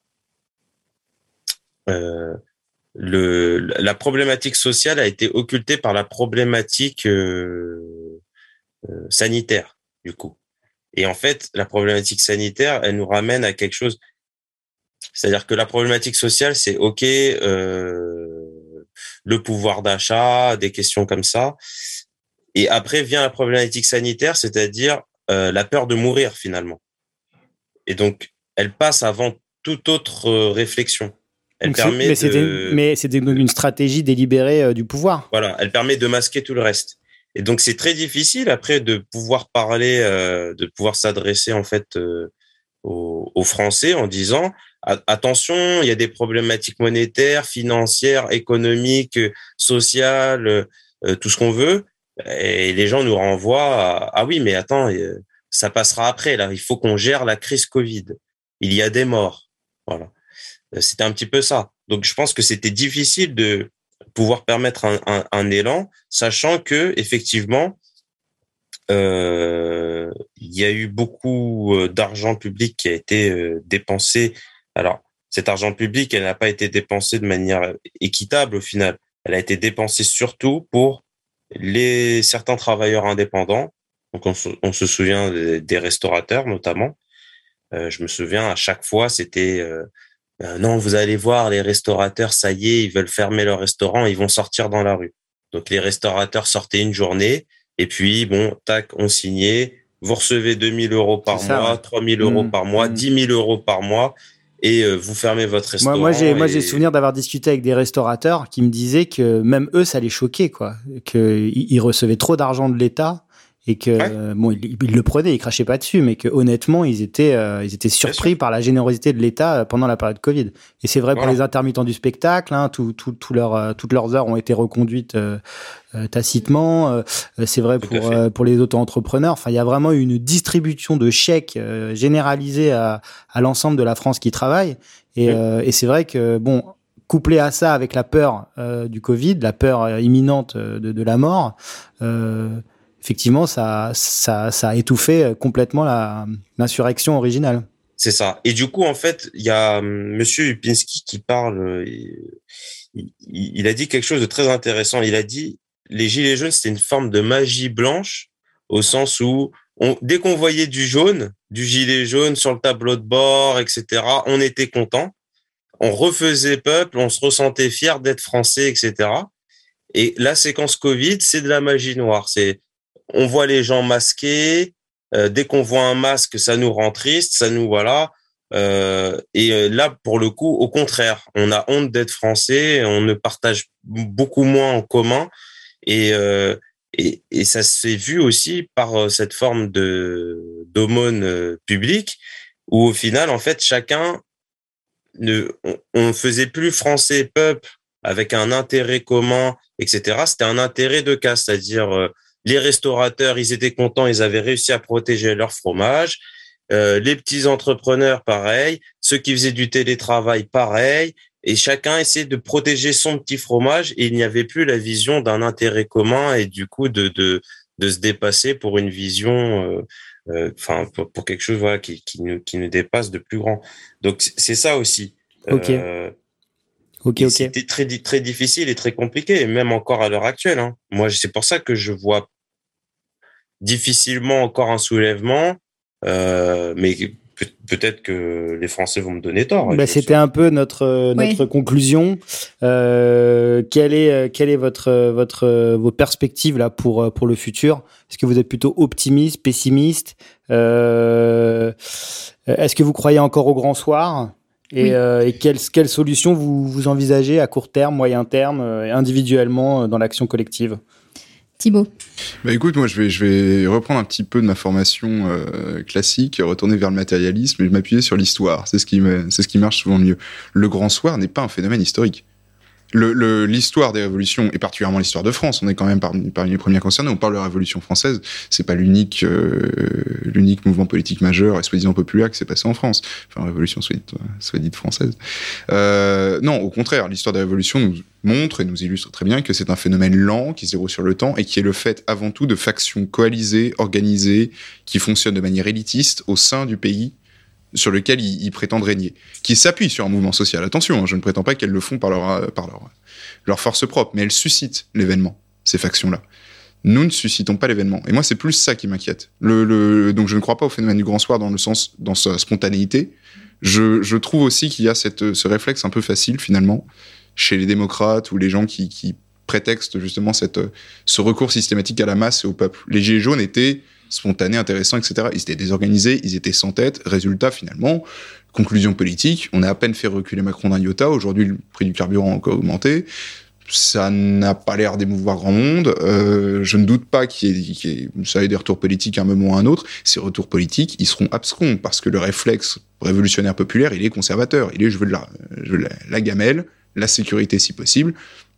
euh, le la problématique sociale a été occultée par la problématique euh, euh, sanitaire, du coup. Et en fait, la problématique sanitaire, elle nous ramène à quelque chose. C'est-à-dire que la problématique sociale, c'est OK, euh, le pouvoir d'achat, des questions comme ça. Et après vient la problématique sanitaire, c'est-à-dire euh, la peur de mourir finalement. Et donc, elle passe avant toute autre euh, réflexion. Elle donc permet mais, de... c'était, mais c'était une stratégie délibérée euh, du pouvoir. Voilà, elle permet de masquer tout le reste. Et donc, c'est très difficile après de pouvoir parler, euh, de pouvoir s'adresser en fait euh, aux, aux Français en disant attention, il y a des problématiques monétaires, financières, économiques, sociales, euh, tout ce qu'on veut. Et les gens nous renvoient à, ah oui, mais attends, ça passera après, là. Il faut qu'on gère la crise Covid. Il y a des morts. Voilà. C'était un petit peu ça. Donc, je pense que c'était difficile de pouvoir permettre un, un, un élan, sachant que, effectivement, euh, il y a eu beaucoup d'argent public qui a été euh, dépensé. Alors, cet argent public, elle n'a pas été dépensée de manière équitable au final. Elle a été dépensée surtout pour les certains travailleurs indépendants. Donc, on se, on se souvient des, des restaurateurs notamment. Euh, je me souviens à chaque fois, c'était euh, euh, non, vous allez voir les restaurateurs, ça y est, ils veulent fermer leur restaurant, ils vont sortir dans la rue. Donc les restaurateurs sortaient une journée et puis bon, tac, on signait. Vous recevez deux mille euros par C'est ça, mois, ouais. trois mille euros Mmh, par mois, mmh. dix mille euros par mois et euh, vous fermez votre restaurant. Moi, moi, j'ai, moi, et... j'ai souvenir d'avoir discuté avec des restaurateurs qui me disaient que même eux, ça les choquait, quoi. Qu'ils ils recevaient trop d'argent de l'État et que, Ouais. euh, bon, ils, ils le prenaient, ils crachaient pas dessus, mais que honnêtement, ils étaient, euh, ils étaient surpris par la générosité de l'État pendant la période Covid. Et c'est vrai Voilà. pour les intermittents du spectacle, hein, tout, tout, tout leur, euh, toutes leurs heures ont été reconduites euh, euh, tacitement. Euh, c'est vrai Tout à pour, fait. euh, pour les auto-entrepreneurs. Enfin, il y a vraiment eu une distribution de chèques euh, généralisée à, à l'ensemble de la France qui travaille. Et, Oui. euh, et c'est vrai que, bon, couplé à ça avec la peur euh, du Covid, la peur euh, imminente euh, de, de la mort, euh, effectivement, ça, ça, ça a étouffé complètement la, l'insurrection originale. C'est ça. Et du coup, en fait, il y a hum, Monsieur Upinski qui parle. euh, Il, il, il a dit quelque chose de très intéressant. Il a dit les gilets jaunes, c'était une forme de magie blanche au sens où on, dès qu'on voyait du jaune, du gilet jaune sur le tableau de bord, et cetera, on était content. On refaisait peuple, on se ressentait fier d'être français, et cetera. Et la séquence Covid, c'est de la magie noire. C'est on voit les gens masqués. Euh, dès qu'on voit un masque, ça nous rend triste, ça nous voilà. Euh, et euh, là, pour le coup, au contraire, on a honte d'être français, on ne partage beaucoup moins en commun, et euh, et, et ça s'est vu aussi par euh, cette forme de d'aumône euh, publique, où au final, en fait, chacun ne, on, on faisait plus français peuple avec un intérêt commun, et cetera. C'était un intérêt de cas, c'est-à-dire euh, les restaurateurs, ils étaient contents, ils avaient réussi à protéger leur fromage. Euh, les petits entrepreneurs, pareil. Ceux qui faisaient du télétravail, pareil. Et chacun essayait de protéger son petit fromage. Et il n'y avait plus la vision d'un intérêt commun et du coup de de de se dépasser pour une vision, enfin euh, euh, pour, pour quelque chose voilà qui qui nous qui nous dépasse de plus grand. Donc c'est ça aussi. Ok. Euh, Ok, et ok. C'était très très difficile et très compliqué, et même encore à l'heure actuelle. Hein. Moi, c'est pour ça que je vois difficilement encore un soulèvement, euh, mais peut- peut-être que les Français vont me donner tort. Bah, c'était un peu notre notre Oui. conclusion. Euh, quelle est quelle est votre votre vos perspectives là pour pour le futur? Est-ce que vous êtes plutôt optimiste, pessimiste? Euh, est-ce que vous croyez encore au grand soir? Et, Oui. euh, et quelles quelles solutions vous vous envisagez à court terme, moyen terme, euh, individuellement dans l'action collective? Thibaut. Bah écoute, moi je vais, je vais reprendre un petit peu de ma formation euh, classique, retourner vers le matérialisme et m'appuyer sur l'histoire. C'est ce qui me, c'est ce qui marche souvent le mieux. Le grand soir n'est pas un phénomène historique. Le, le, l'histoire des révolutions, et particulièrement l'histoire de France, on est quand même parmi, parmi les premiers concernés, on parle de la Révolution française, c'est pas l'unique, euh, l'unique mouvement politique majeur et soi-disant populaire qui s'est passé en France. Enfin, révolution soit dite, soit dite française. Euh, non, au contraire, l'histoire des révolutions nous montre et nous illustre très bien que c'est un phénomène lent, qui se déroule sur le temps, et qui est le fait avant tout de factions coalisées, organisées, qui fonctionnent de manière élitiste au sein du pays sur lequel ils, ils prétendent régner, qui s'appuient sur un mouvement social. Attention, hein, je ne prétends pas qu'elles le font par leur, par leur, leur force propre, mais elles suscitent l'événement, ces factions-là. Nous ne suscitons pas l'événement. Et moi, c'est plus ça qui m'inquiète. Le, le, donc, je ne crois pas au phénomène du grand soir dans le sens, dans sa spontanéité. Je, je trouve aussi qu'il y a cette, ce réflexe un peu facile, finalement, chez les démocrates ou les gens qui, qui prétextent justement cette, ce recours systématique à la masse et au peuple. Les gilets jaunes étaient spontanés, intéressants, et cetera. Ils étaient désorganisés, ils étaient sans tête. Résultat, finalement, conclusion politique, on a à peine fait reculer Macron d'un iota. Aujourd'hui, le prix du carburant a encore augmenté. Ça n'a pas l'air d'émouvoir grand monde. Euh, je ne doute pas qu'il y ait, qu'il y ait, ça ait des retours politiques à un moment ou à un autre. Ces retours politiques, ils seront abscons parce que le réflexe révolutionnaire populaire, il est conservateur. Il est, je veux de la, je veux de la, la gamelle, la sécurité si possible.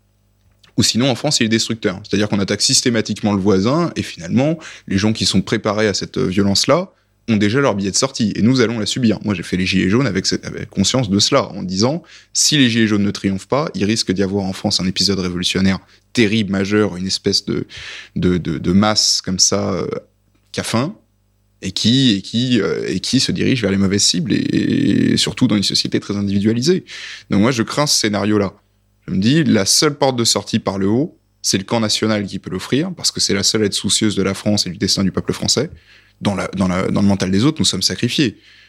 Ou sinon, en France, il est destructeur. C'est-à-dire qu'on attaque systématiquement le voisin, et finalement, les gens qui sont préparés à cette violence-là ont déjà leur billet de sortie, et nous allons la subir. Moi, j'ai fait les gilets jaunes avec, cette, avec conscience de cela, en disant, si les gilets jaunes ne triomphent pas, il risque d'y avoir en France un épisode révolutionnaire terrible, majeur, une espèce de, de, de, de masse comme ça, euh, qui a faim, et qui, et, qui, euh, et qui se dirige vers les mauvaises cibles, et, et surtout dans une société très individualisée. Donc moi, je crains ce scénario-là. Je me dis, la seule porte de sortie par le haut, c'est le camp national qui peut l'offrir, parce que c'est la seule à être soucieuse de la France et du destin du peuple français. Dans, la, dans, la, dans le mental des autres, nous sommes sacrifiés.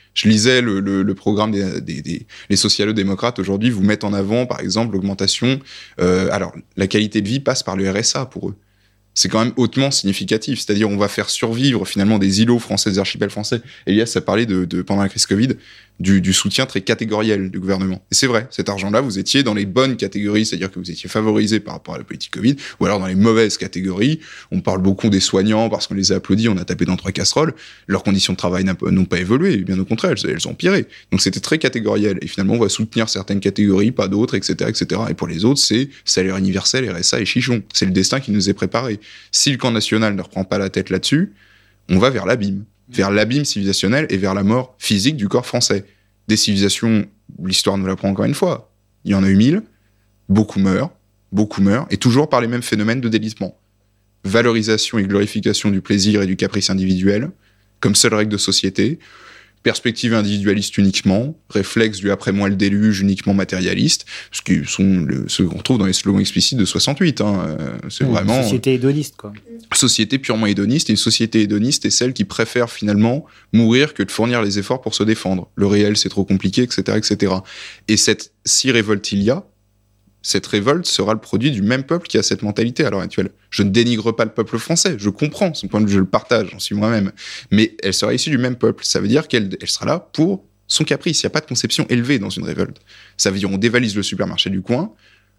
Je lisais le, le, le programme des, des, des les socialo-démocrates aujourd'hui vous mettent en avant, par exemple, l'augmentation. Euh, alors, la qualité de vie passe par le R S A pour eux. C'est quand même hautement significatif. C'est-à-dire, on va faire survivre finalement des îlots français, des archipels français. Elias a parlé de, de pendant la crise Covid du, du soutien très catégoriel du gouvernement. Et c'est vrai, cet argent-là, vous étiez dans les bonnes catégories, c'est-à-dire que vous étiez favorisé par rapport à la politique Covid, ou alors dans les mauvaises catégories. On parle beaucoup des soignants parce qu'on les a applaudis, on a tapé dans trois casseroles. Leurs conditions de travail n'ont pas évolué, bien au contraire, elles, elles ont empiré. Donc c'était très catégoriel. Et finalement, on va soutenir certaines catégories, pas d'autres, et cetera, et cetera. Et pour les autres, c'est salaire universel, R S A et chichon. C'est le destin qui nous est préparé. Si le camp national ne reprend pas la tête là-dessus, on va vers l'abîme. Vers l'abîme civilisationnel et vers la mort physique du corps français. Des civilisations, l'histoire nous l'apprend encore une fois. Il y en a eu mille, beaucoup meurent, beaucoup meurent, et toujours par les mêmes phénomènes de délitement. Valorisation et glorification du plaisir et du caprice individuel, comme seule règle de société, perspective individualiste uniquement, réflexe du après-moi le déluge uniquement matérialiste, ce qui sont le, ceux qu'on trouve dans les slogans explicites de soixante-huit. Hein. C'est mmh, vraiment... Société hédoniste, quoi. Société purement hédoniste, et une société hédoniste est celle qui préfère finalement mourir que de fournir les efforts pour se défendre. Le réel, c'est trop compliqué, et cetera, et cetera. Et cette, si révolte il y a, cette révolte sera le produit du même peuple qui a cette mentalité à l'heure actuelle. Je ne dénigre pas le peuple français, je comprends son point de vue, je le partage, j'en suis moi-même. Mais elle sera issue du même peuple. Ça veut dire qu'elle elle sera là pour son caprice. Il n'y a pas de conception élevée dans une révolte. Ça veut dire on dévalise le supermarché du coin,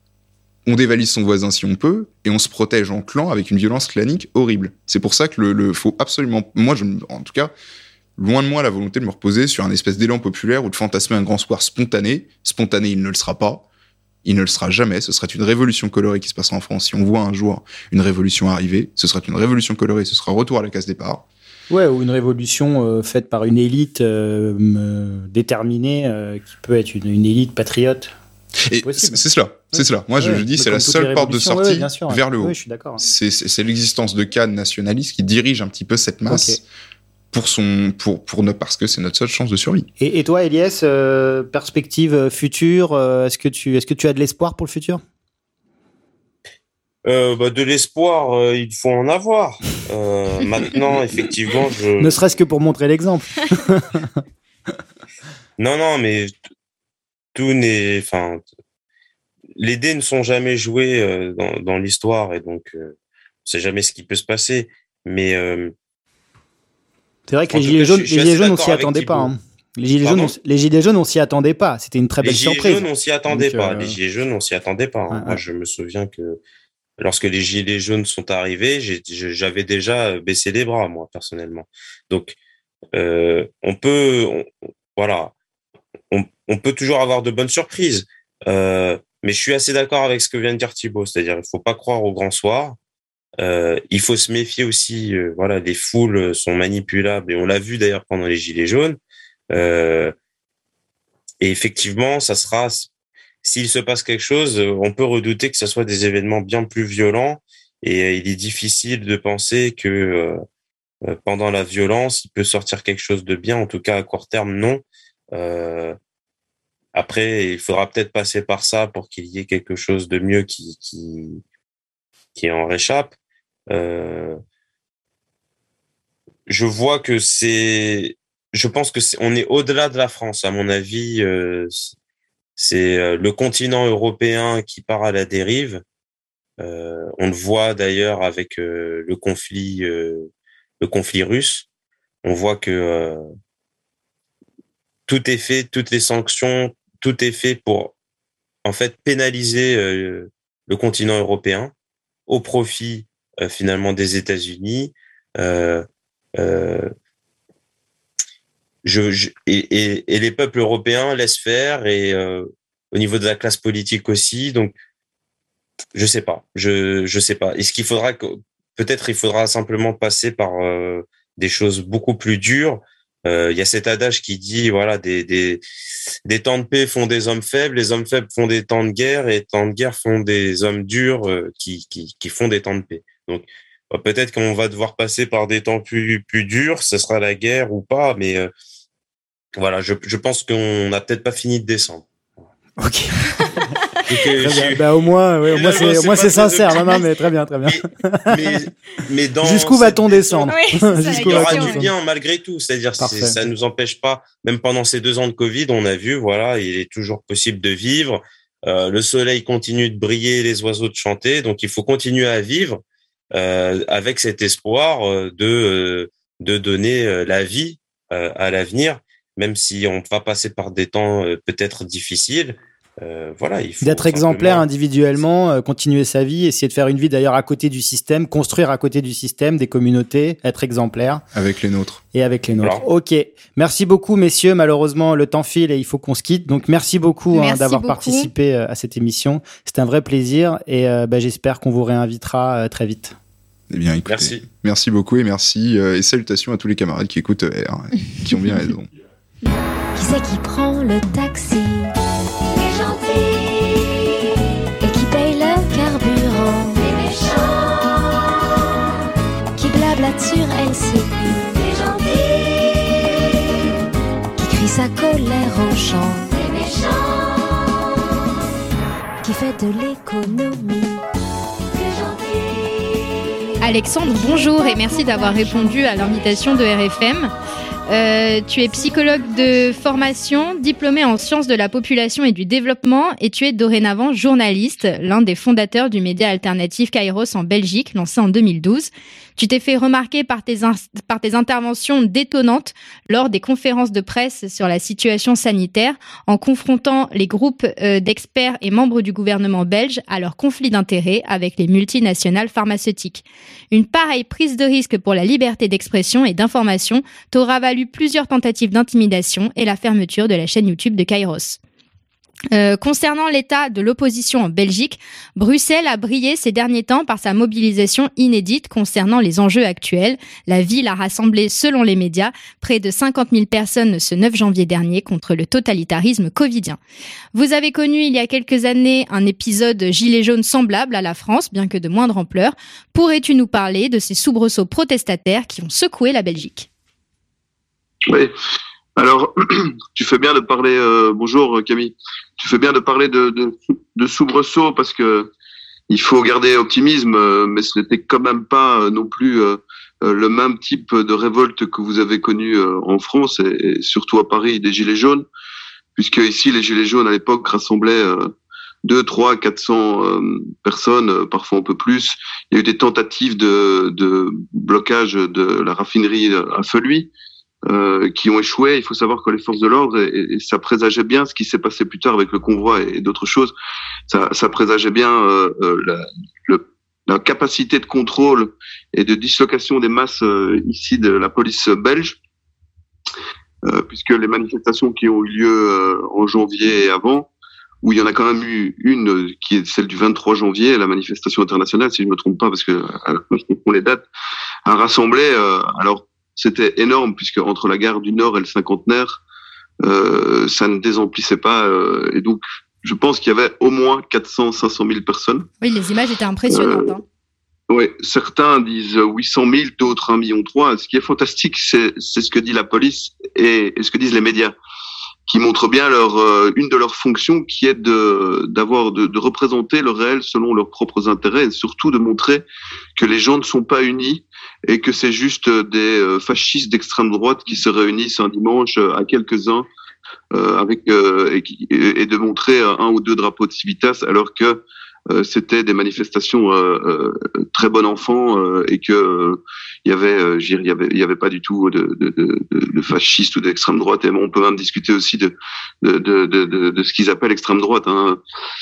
on dévalise son voisin si on peut, et on se protège en clan avec une violence clanique horrible. C'est pour ça que le, le faut absolument... Moi, je, en tout cas, loin de moi la volonté de me reposer sur un espèce d'élan populaire ou de fantasmer un grand soir spontané. Spontané, il ne le sera pas. Il ne le sera jamais. Ce serait une révolution colorée qui se passera en France. Si on voit un jour une révolution arriver, ce sera une révolution colorée, ce sera retour à la case départ. Ouais, ou une révolution euh, faite par une élite euh, euh, déterminée, euh, qui peut être une, une élite patriote. Et c'est, c'est cela, c'est ouais. cela. Moi, ouais, je, je dis, c'est la seule porte de sortie ouais, sûr, vers ouais. le haut. Ouais, je suis d'accord, ouais. c'est, c'est, c'est l'existence de cadres nationalistes qui dirigent un petit peu cette masse. Okay. Pour son, pour, pour ne, parce que c'est notre seule chance de survie. Et, et toi, Elias, euh, perspective future, euh, est-ce que tu, est-ce que tu as de l'espoir pour le futur? Euh, bah, de l'espoir, euh, il faut en avoir. Euh, maintenant, effectivement, je... Ne serait-ce que pour montrer l'exemple. non, non, mais tout n'est, enfin, les dés ne sont jamais joués euh, dans, dans l'histoire et donc, euh, on sait jamais ce qui peut se passer. Mais euh, c'est vrai que les gilets jaunes, les gilets jaunes, on s'y attendait pas. Hein. Les gilets jaunes, on, les gilets jaunes, on s'y attendait pas. C'était une très belle surprise. Les gilets jaunes, on s'y attendait Donc, pas. Euh... Les gilets jaunes, on s'y attendait pas. Hein. Ouais, Moi, ouais. je me souviens que lorsque les gilets jaunes sont arrivés, j'ai, j'avais déjà baissé les bras, moi, personnellement. Donc, euh, on peut, on, voilà, on, on peut toujours avoir de bonnes surprises. Euh, mais je suis assez d'accord avec ce que vient de dire Thibaut. C'est-à-dire, il faut pas croire au grand soir. Euh, il faut se méfier aussi, euh, voilà, les foules sont manipulables et on l'a vu d'ailleurs pendant les gilets jaunes. Euh, et effectivement, ça sera, s'il se passe quelque chose, on peut redouter que ce soit des événements bien plus violents et euh, il est difficile de penser que euh, pendant la violence, il peut sortir quelque chose de bien. En tout cas, à court terme, non. Euh, après, il faudra peut-être passer par ça pour qu'il y ait quelque chose de mieux qui, qui, qui en réchappe. Euh, je vois que c'est, je pense que c'est, on est au-delà de la France, à mon avis. Euh, c'est euh, le continent européen qui part à la dérive. Euh, on le voit d'ailleurs avec euh, le conflit, euh, le conflit russe. On voit que euh, tout est fait, toutes les sanctions, tout est fait pour en fait pénaliser euh, le continent européen au profit Euh, finalement des États-Unis, euh, euh, je, je, et, et, et les peuples européens laissent faire, et euh, au niveau de la classe politique aussi. Donc, je sais pas, je je sais pas. Est-ce qu'il faudra que peut-être il faudra simplement passer par euh, des choses beaucoup plus dures. Il euh, y a cet adage qui dit voilà des des des temps de paix font des hommes faibles, les hommes faibles font des temps de guerre, et les temps de guerre font des hommes durs euh, qui qui qui font des temps de paix. Donc peut-être qu'on va devoir passer par des temps plus plus durs, ce sera la guerre ou pas, mais euh, voilà, je je pense qu'on n'a peut-être pas fini de descendre. Ok. Que je... bah, au moins, ouais, au moins c'est, au moins c'est sincère. Non, non, mais très bien, très bien. Mais, mais, mais dans jusqu'où va-t-on descendre? Oui, ça, Jusqu'où il y aura du bien malgré tout. C'est-à-dire, Parfait. ça nous empêche pas. Même pendant ces deux ans de Covid, on a vu, voilà, il est toujours possible de vivre. Euh, le soleil continue de briller, les oiseaux de chanter. Donc, il faut continuer à vivre euh, avec cet espoir euh, de euh, de donner euh, la vie euh, à l'avenir, même si on va passer par des temps euh, peut-être difficiles. Euh, voilà, il faut d'être exemplaire individuellement, euh, continuer sa vie, essayer de faire une vie d'ailleurs à côté du système, construire à côté du système des communautés, être exemplaire. Avec les nôtres. Et avec les nôtres. Voilà. Ok. Merci beaucoup, messieurs. Malheureusement, le temps file et il faut qu'on se quitte. Donc, merci beaucoup Merci hein, d'avoir beaucoup. participé euh, à cette émission. C'était un vrai plaisir et euh, bah, j'espère qu'on vous réinvitera euh, très vite. Eh bien, écoutez, Merci. Merci beaucoup et merci euh, et salutations à tous les camarades qui écoutent E R, hein, qui ont bien raison. Qui c'est qui prend le taxi? Les gentils. Et qui paye le carburant? Les méchants. Qui blablate sur L C I? Les gentils. Qui crie sa colère en chant? Les méchants. Qui fait de l'économie? Alexandre, bonjour et merci d'avoir répondu à l'invitation de R F M. Euh, tu es psychologue de formation, diplômé en sciences de la population et du développement et tu es dorénavant journaliste, l'un des fondateurs du média alternatif Kairos en Belgique, lancé en deux mille douze. Tu t'es fait remarquer par tes, in- par tes interventions détonnantes lors des conférences de presse sur la situation sanitaire en confrontant les groupes euh, d'experts et membres du gouvernement belge à leur conflit d'intérêts avec les multinationales pharmaceutiques. Une pareille prise de risque pour la liberté d'expression et d'information t'aura valu plusieurs tentatives d'intimidation et la fermeture de la chaîne YouTube de Kairos. Euh, concernant l'état de l'opposition en Belgique, Bruxelles a brillé ces derniers temps par sa mobilisation inédite concernant les enjeux actuels. La ville a rassemblé, selon les médias, près de cinquante mille personnes ce neuf janvier dernier contre le totalitarisme covidien. Vous avez connu il y a quelques années un épisode gilet jaune semblable à la France, bien que de moindre ampleur. Pourrais-tu nous parler de ces soubresauts protestataires qui ont secoué la Belgique ? Oui. Alors, tu fais bien de parler. Euh, bonjour Camille. Tu fais bien de parler de, de, de soubresaut parce que il faut garder optimisme, euh, mais ce n'était quand même pas euh, non plus euh, euh, le même type de révolte que vous avez connu euh, en France et, et surtout à Paris des Gilets jaunes, puisque ici les Gilets jaunes à l'époque rassemblaient euh, deux, trois, quatre cents euh, personnes, euh, parfois un peu plus. Il y a eu des tentatives de, de blocage de la raffinerie à Feuilly. Euh, qui ont échoué. Il faut savoir que les forces de l'ordre, et, et ça présageait bien ce qui s'est passé plus tard avec le convoi et, et d'autres choses, ça, ça présageait bien euh, euh, la, le, la capacité de contrôle et de dislocation des masses euh, ici de la police belge, euh, puisque les manifestations qui ont eu lieu euh, en janvier et avant, où il y en a quand même eu une qui est celle du vingt-trois janvier, la manifestation internationale, si je me trompe pas, parce que on les dates, a rassemblé, euh, alors c'était énorme puisque entre la gare du Nord et le Cinquantenaire, euh, ça ne désemplissait pas. Euh, et donc, je pense qu'il y avait au moins quatre cents, cinq cent mille personnes. Oui, les images étaient impressionnantes. Euh, hein. Oui, certains disent huit cent mille, d'autres un million trois. Ce qui est fantastique, c'est, c'est ce que dit la police et, et ce que disent les médias, qui montrent bien leur euh, une de leurs fonctions, qui est de d'avoir de, de représenter le réel selon leurs propres intérêts et surtout de montrer que les gens ne sont pas unis et que c'est juste des fascistes d'extrême droite qui se réunissent un dimanche à quelques-uns euh, avec euh, et, qui, et de montrer un ou deux drapeaux de Civitas alors que euh, c'était des manifestations euh, euh, très bon enfant euh, et que euh, il y avait euh, il y avait il y avait pas du tout de de de, de fascistes ou d'extrême droite et on peut même discuter aussi de de de de, de ce qu'ils appellent extrême droite hein.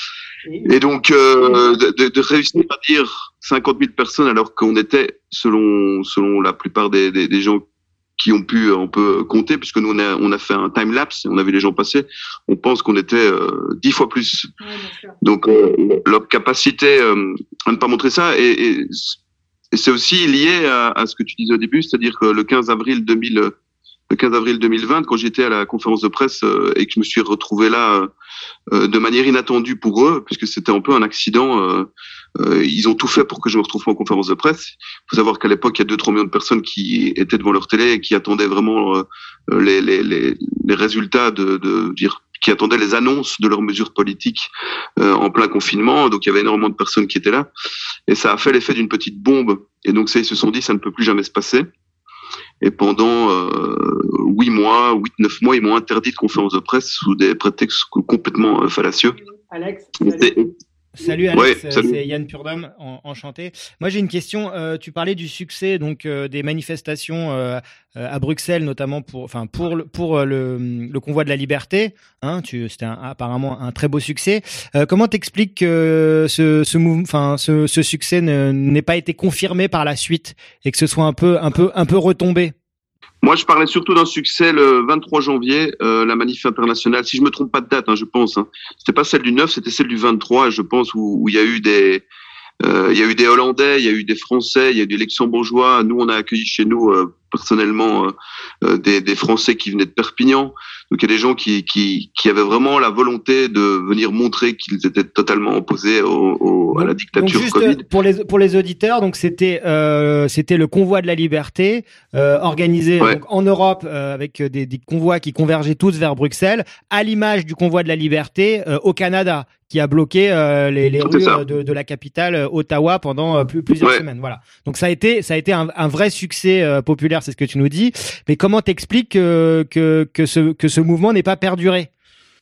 Et donc euh, de, de réussir à dire cinquante mille personnes alors qu'on était selon selon la plupart des, des des gens qui ont pu on peut compter puisque nous on a on a fait un time lapse et on a vu les gens passer, on pense qu'on était euh, dix fois plus. Ouais, donc euh, leur capacité euh, à ne pas montrer ça et, et, et c'est aussi lié à, à ce que tu disais au début, c'est-à-dire que le quinze avril deux mille le quinze avril deux mille vingt, quand j'étais à la conférence de presse euh, et que je me suis retrouvé là euh, de manière inattendue pour eux, puisque c'était un peu un accident, euh, euh, ils ont tout fait pour que je me retrouve en conférence de presse. Il faut savoir qu'à l'époque, il y a deux trois millions de personnes qui étaient devant leur télé et qui attendaient vraiment euh, les, les, les, les résultats de, de dire qui attendaient les annonces de leurs mesures politiques euh, en plein confinement. Donc il y avait énormément de personnes qui étaient là, et ça a fait l'effet d'une petite bombe. Et donc ça, ils se sont dit, ça ne peut plus jamais se passer. Et pendant euh, huit mois, huit, neuf mois, ils m'ont interdit de conférences de presse sous des prétextes complètement euh, fallacieux. Alex, Et, Salut Alex, ouais, salut. C'est Yann Purdom, en, enchanté. Moi j'ai une question. Euh, tu parlais du succès donc euh, des manifestations euh, à Bruxelles, notamment pour, enfin pour le, pour le, le convoi de la liberté. Hein, tu, c'était un, apparemment un très beau succès. Euh, comment t'expliques que ce, ce, move, enfin ce, ce succès ne, n'ait pas été confirmé par la suite et que ce soit un peu, un peu, un peu retombé? Moi, je parlais surtout d'un succès le vingt-trois janvier, euh, la manif internationale. Si je me trompe pas de date, hein, je pense. Hein. C'était pas celle du neuf, c'était celle du vingt-trois, je pense, où, où il y a eu des, euh, il y a eu des Hollandais, il y a eu des Français, il y a eu des Luxembourgeois. Nous, on a accueilli chez nous euh, personnellement euh, des, des Français qui venaient de Perpignan. Donc, il y a des gens qui, qui, qui avaient vraiment la volonté de venir montrer qu'ils étaient totalement opposés au, au, donc, à la dictature donc juste Covid. Pour les, pour les auditeurs, donc c'était, euh, c'était le convoi de la liberté euh, organisé Ouais. donc, en Europe euh, avec des, des convois qui convergeaient tous vers Bruxelles, à l'image du convoi de la liberté euh, au Canada, qui a bloqué euh, les, les rues euh, de, de la capitale euh, Ottawa pendant euh, plus, plusieurs Ouais. semaines. Voilà. Donc ça a été, ça a été un, un vrai succès euh, populaire, c'est ce que tu nous dis. Mais comment t'expliques que que que ce que ce mouvement n'ait pas perduré?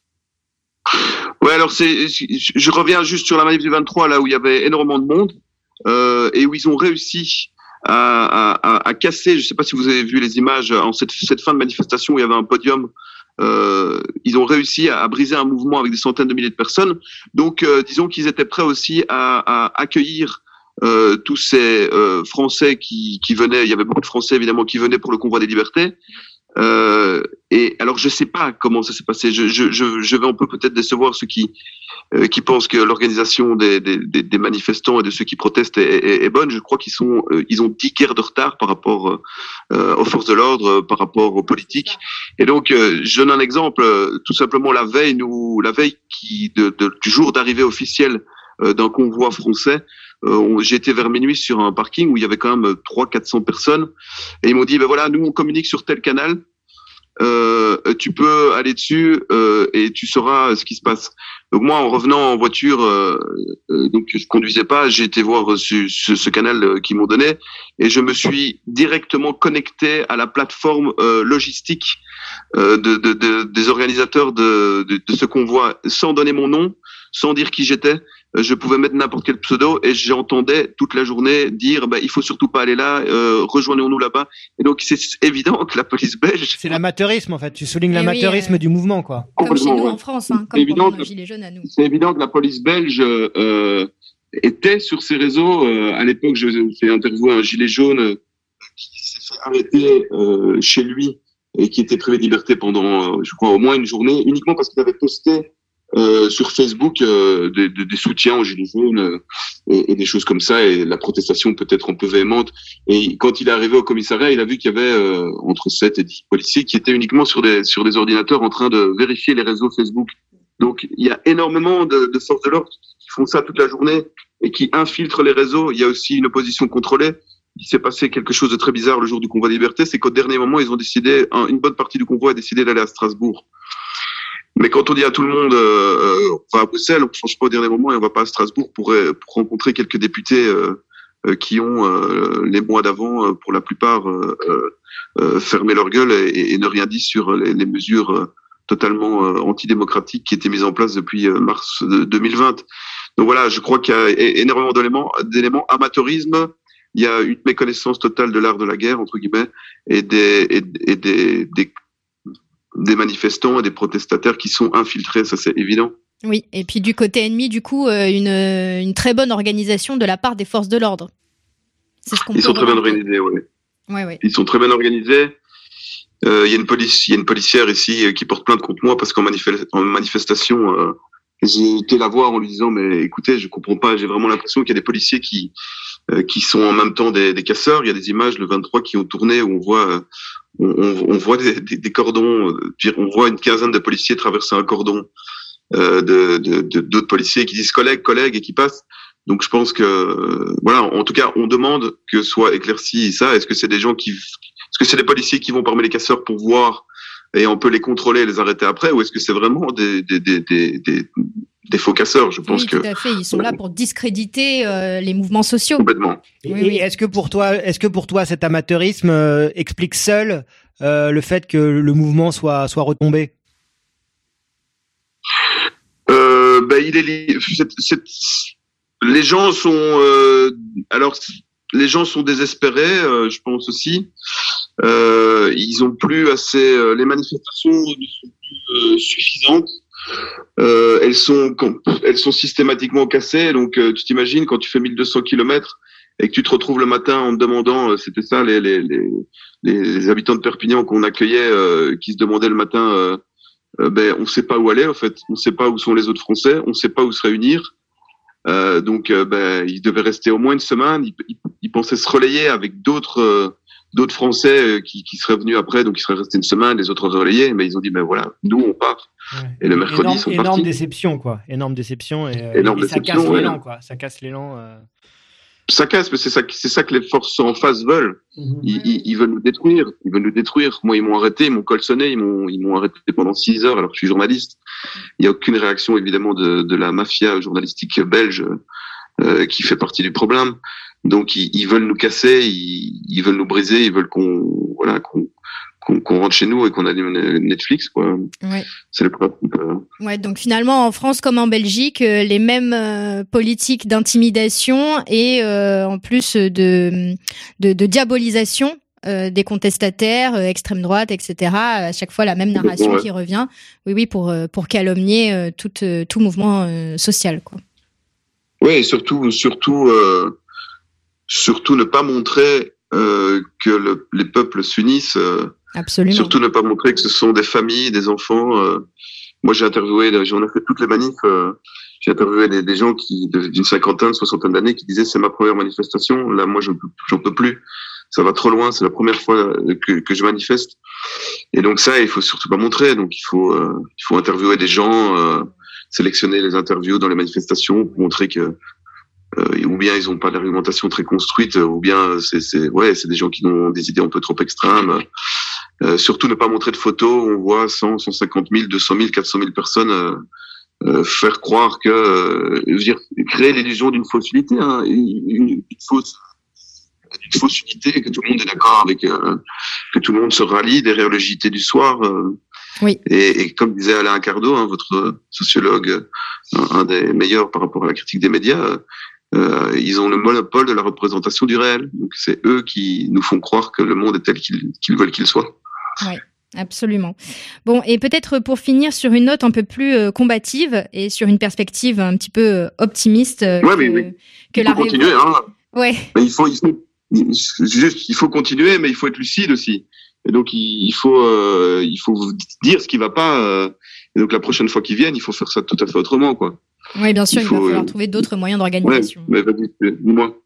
Ouais, alors c'est, je, je reviens juste sur la manif du vingt-trois, là où il y avait énormément de monde euh, et où ils ont réussi à, à, à casser. Je sais pas si vous avez vu les images en cette, cette fin de manifestation où il y avait un podium. Euh, ils ont réussi à, à briser un mouvement avec des centaines de milliers de personnes. Donc, euh, disons qu'ils étaient prêts aussi à, à accueillir euh, tous ces euh, Français qui, qui venaient. Il y avait beaucoup de Français évidemment qui venaient pour le convoi des libertés. Euh, et alors, je sais pas comment ça s'est passé. Je, je, je, je vais un peu peut-être décevoir ceux qui euh, qui pensent que l'organisation des, des, des, des manifestants et de ceux qui protestent est, est, est bonne. Je crois qu'ils sont, euh, ils ont dix guerres de retard par rapport euh, aux forces de l'ordre, euh, par rapport aux politiques. Et donc, euh, je donne un exemple. Euh, tout simplement, la veille, nous, la veille qui de, de, du jour d'arrivée officielle euh, d'un convoi français. Euh, j'ai été vers minuit sur un parking où il y avait quand même trois cents à quatre cents personnes et ils m'ont dit ben voilà, nous on communique sur tel canal, euh, tu peux aller dessus euh, et tu sauras ce qui se passe. Donc moi en revenant en voiture, euh, euh, donc je conduisais pas, j'ai été voir ce, ce, ce canal qu'ils m'ont donné et je me suis directement connecté à la plateforme euh, logistique euh, de, de, de, des organisateurs de, de, de ce convoi sans donner mon nom, sans dire qui j'étais. Je pouvais mettre n'importe quel pseudo et j'entendais toute la journée dire bah, il faut surtout pas aller là, euh, rejoignons-nous là-bas. Et donc c'est évident que la police belge... C'est l'amateurisme en fait, tu soulignes Eh l'amateurisme oui, euh, du mouvement quoi. Comme chez nous ouais. en France, hein, C'est comme évident pendant que- nos Gilets jaunes à nous. C'est évident que la police belge euh, était sur ces réseaux. Euh, à l'époque, je fais interviewer un gilet jaune euh, qui s'est fait arrêter euh, chez lui et qui était privé de liberté pendant, euh, je crois, au moins une journée, uniquement parce qu'il avait posté euh, sur Facebook euh, des, des, des soutiens aux gilets jaunes euh, et, et des choses comme ça, et la protestation peut-être un peu véhémente. Et quand il est arrivé au commissariat, il a vu qu'il y avait euh, entre sept et dix policiers qui étaient uniquement sur des sur des ordinateurs en train de vérifier les réseaux Facebook. Donc il y a énormément de, de forces de l'ordre qui font ça toute la journée et qui infiltrent les réseaux. Il y a aussi une opposition contrôlée. Il s'est passé quelque chose de très bizarre le jour du convoi des libertés, c'est qu'au dernier moment, ils ont décidé, un, une bonne partie du convoi a décidé d'aller à Strasbourg. Mais quand on dit à tout le monde, euh, on va à Bruxelles, on ne change pas au dernier moment et on va pas à Strasbourg pour, pour rencontrer quelques députés euh, euh, qui ont, euh, les mois d'avant, euh, pour la plupart, euh, euh, fermé leur gueule et, et ne rien dit sur les, les mesures euh, totalement euh, antidémocratiques qui étaient mises en place depuis euh, mars de deux mille vingt. Donc voilà, je crois qu'il y a énormément d'éléments, d'éléments amateurisme. Il y a une méconnaissance totale de l'art de la guerre, entre guillemets, et des, et, et des, des, des manifestants et des protestataires qui sont infiltrés, ça c'est évident. Oui, et puis du côté ennemi, du coup, euh, une, une très bonne organisation de la part des forces de l'ordre. C'est ce qu'on Ils peut sont très bien remarquer. organisés, oui. Ouais, ouais. Ils sont très bien organisés. Euh, il y a une police, il y a une policière ici euh, qui porte plainte contre moi parce qu'en manifesta- en manifestation, euh, j'ai été la voir en lui disant mais écoutez, je comprends pas, j'ai vraiment l'impression qu'il y a des policiers qui euh, qui sont en même temps des, des casseurs. Il y a des images le vingt-trois qui ont tourné où on voit euh, on, on, on voit des, des, des cordons, euh, dire, on voit une quinzaine de policiers traverser un cordon euh, de, de, de d'autres policiers qui disent collègues, collègues et qui passent. Donc je pense que euh, voilà, en tout cas, on demande que soit éclairci ça. Est-ce que c'est des gens qui, est-ce que c'est des policiers qui vont parmi les casseurs pour voir et on peut les contrôler et les arrêter après, ou est-ce que c'est vraiment des, des, des, des, des, des faux casseurs? Je pense oui, que. Tout à fait. Ils sont là pour discréditer euh, les mouvements sociaux. Complètement. Et, Oui, et oui. est-ce que pour toi, est-ce que pour toi, cet amateurisme euh, explique seul euh, le fait que le mouvement soit soit retombé? Euh, ben il est li- c'est, c'est, les gens sont euh, alors les gens sont désespérés, euh, je pense aussi. Euh, ils ont plus assez. Euh, les manifestations ne sont plus euh, suffisantes. Euh, elles sont elles sont systématiquement cassées. Donc euh, tu t'imagines quand tu fais mille deux cents kilomètres et que tu te retrouves le matin en te demandant, euh, c'était ça les les les les habitants de Perpignan qu'on accueillait, euh, qui se demandaient le matin. Euh, Euh, ben on sait pas où aller en fait, on sait pas où sont les autres Français, on sait pas où se réunir. Euh, donc euh, ben ils devaient rester au moins une semaine. Ils, ils, ils pensaient se relayer avec d'autres euh, d'autres Français euh, qui, qui seraient venus après, donc ils seraient restés une semaine, les autres relayer. Mais ils ont dit ben voilà, nous on part. Ouais. Et le mercredi énorme, ils sont énorme partis. déception quoi, énorme déception et, euh, Énorme et ça déception, casse ouais. l'élan quoi, ça casse l'élan. Euh... Ça casse, mais c'est ça, c'est ça que les forces en face veulent. Mmh. Ils, ils, ils veulent nous détruire. Ils veulent nous détruire. Moi, ils m'ont arrêté, ils m'ont colsonné, ils m'ont, ils m'ont arrêté pendant six heures alors que je suis journaliste. Il n'y a aucune réaction, évidemment, de, de la mafia journalistique belge euh, qui fait partie du problème. Donc, ils, ils veulent nous casser, ils, ils veulent nous briser, ils veulent qu'on, voilà, qu'on, qu'on, qu'on rentre chez nous et qu'on allume Netflix, quoi. Ouais. C'est le principe. Ouais, donc finalement, en France comme en Belgique, euh, les mêmes euh, politiques d'intimidation et euh, en plus de, de, de diabolisation euh, des contestataires, euh, extrême droite, et cetera. À chaque fois, la même narration ouais. qui revient. Oui, oui, pour euh, pour calomnier euh, tout euh, tout mouvement euh, social, quoi. Oui, et surtout, surtout, euh, surtout ne pas montrer euh, que le, les peuples s'unissent. Euh, Absolument. Surtout ne pas montrer que ce sont des familles, des enfants. Euh, moi, j'ai interviewé, j'en ai fait toutes les manifs. Euh, j'ai interviewé des, des gens qui d'une cinquantaine, soixantaine d'années, qui disaient c'est ma première manifestation. Là, moi, je j'en peux plus. Ça va trop loin. C'est la première fois que, que je manifeste. Et donc ça, il faut surtout pas montrer. Donc il faut, euh, il faut interviewer des gens, euh, sélectionner les interviews dans les manifestations pour montrer que euh, ou bien ils ont pas d'argumentation très construite, ou bien c'est, c'est, ouais, c'est des gens qui ont des idées un peu trop extrêmes. Euh, surtout ne pas montrer de photos où on voit cent, cent cinquante mille, deux cent mille, quatre cent mille personnes euh, euh, faire croire que, euh, je veux dire, créer l'illusion d'une fausse unité, hein, une, une, une fausse, une fausse unité, que tout le monde est d'accord avec, euh, que tout le monde se rallie derrière le J T du soir. Euh, oui. Et, et comme disait Alain Cardo, hein, votre sociologue, un, un des meilleurs par rapport à la critique des médias. Euh, ils ont le monopole de la représentation du réel. Donc c'est eux qui nous font croire que le monde est tel qu'ils, qu'ils veulent qu'il soit. Oui, absolument. Bon, et peut-être pour finir sur une note un peu plus euh, combative et sur une perspective un petit peu euh, optimiste. Euh, ouais, que, mais, mais que il la faut continuer. Hein. Ouais. Mais il faut, il faut, juste, il faut continuer, mais il faut être lucide aussi. Et donc il, il faut, euh, il faut dire ce qui va pas. Euh, et donc la prochaine fois qu'ils viennent, il faut faire ça tout à fait autrement, quoi. Oui, bien sûr, il, il faut, va falloir euh... trouver d'autres moyens d'organisation. Ouais, mais vas-y, dis-moi.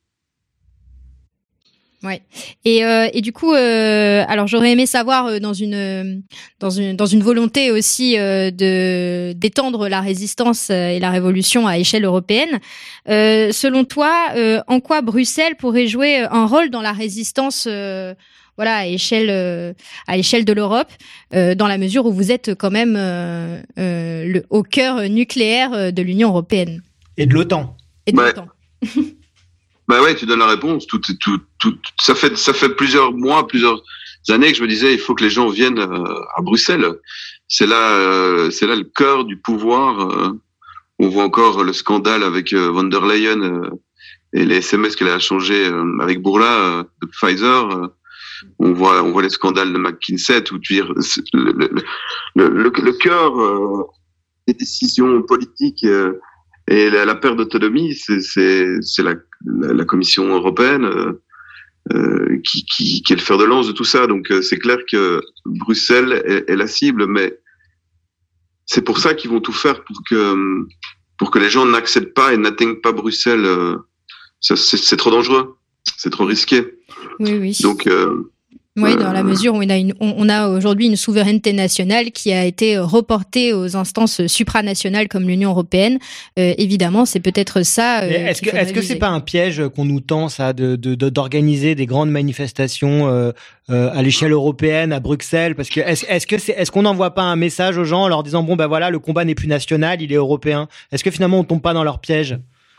Ouais. Et euh, et du coup, euh, alors j'aurais aimé savoir euh, dans une dans une dans une volonté aussi euh, de d'étendre la résistance et la révolution à échelle européenne. Euh, selon toi, euh, en quoi Bruxelles pourrait jouer un rôle dans la résistance, euh, voilà, à échelle euh, à l'échelle de l'Europe, euh, dans la mesure où vous êtes quand même euh, euh, le au cœur nucléaire de l'Union européenne et de l'OTAN. Et de ouais. l'OTAN. Bah ouais, tu donnes la réponse. Tout, tout, tout, ça fait, ça fait plusieurs mois, plusieurs années que je me disais, il faut que les gens viennent euh, à Bruxelles. C'est là, euh, c'est là le cœur du pouvoir. Euh, on voit encore le scandale avec euh, von der Leyen euh, et les S M S qu'elle a changé euh, avec Bourla euh, de Pfizer. Euh, on voit, on voit les scandales de McKinsey. Où tu dis, le, le, le, le, le cœur euh, des décisions politiques. Euh, Et la, la perte d'autonomie, c'est, c'est, c'est la, la, la Commission européenne euh, euh, qui, qui, qui est le fer de lance de tout ça. Donc euh, c'est clair que Bruxelles est, est la cible, mais c'est pour ça qu'ils vont tout faire pour que pour que les gens n'accèdent pas et n'atteignent pas Bruxelles. Euh, ça, c'est, c'est trop dangereux, c'est trop risqué. Oui, oui. Donc euh, Oui, dans la mesure où on a, une, on, on a aujourd'hui une souveraineté nationale qui a été reportée aux instances supranationales comme l'Union européenne. Euh, évidemment, c'est peut-être ça. Euh, est-ce que est-ce que c'est pas un piège qu'on nous tend, ça, de, de, de d'organiser des grandes manifestations euh, euh, à l'échelle européenne, à Bruxelles, parce que est-ce, est-ce que c'est est-ce qu'on n'envoie pas un message aux gens en leur disant bon ben voilà, le combat n'est plus national, il est européen. Est-ce que finalement on tombe pas dans leur piège?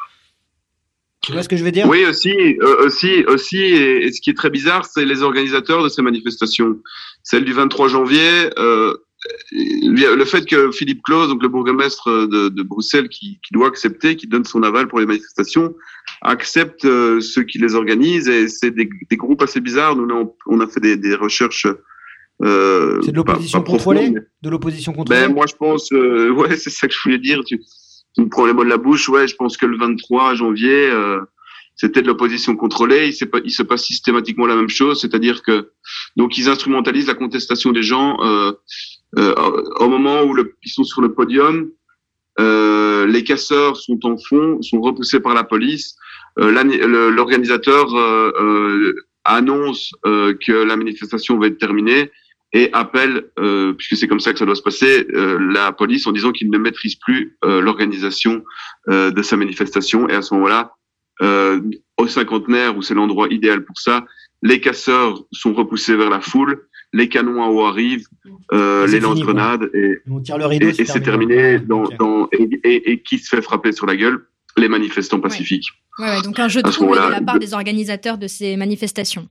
Tu vois ce que je veux dire? Oui, aussi, euh, aussi, aussi, et, et ce qui est très bizarre, c'est les organisateurs de ces manifestations. Celle du vingt-trois janvier, euh, le fait que Philippe Claus, donc le bourgmestre de, de Bruxelles, qui, qui doit accepter, qui donne son aval pour les manifestations, accepte euh, ceux qui les organisent, et c'est des, des groupes assez bizarres. Nous, on, on a fait des, des recherches. Euh, c'est de l'opposition pas, pas contrôlée, mais... de l'opposition contrôlée. Ben moi, je pense, euh, ouais, c'est ça que je voulais dire. Tu... Tu me prends les mots de la bouche, ouais, je pense que le vingt-trois janvier, euh, c'était de l'opposition contrôlée. Il, pas, il se passe systématiquement la même chose, c'est-à-dire que donc ils instrumentalisent la contestation des gens euh, euh, au moment où le, ils sont sur le podium. Euh, les casseurs sont en fond, sont repoussés par la police. Euh, l'organisateur euh, euh, annonce euh, que la manifestation va être terminée et appelle, euh, puisque c'est comme ça que ça doit se passer, euh, la police en disant qu'il ne maîtrise plus euh, l'organisation euh, de sa manifestation. Et à ce moment-là, euh, au cinquantenaire, où c'est l'endroit idéal pour ça, les casseurs sont repoussés vers la foule, les canons à eau arrivent, euh, les lance-grenades, et, rideau, et, et c'est terminé. Dans, okay. dans, et, et, et qui se fait frapper sur la gueule? Les manifestants pacifiques. Ouais, ouais, donc un jeu de trouble de la part des organisateurs de ces manifestations.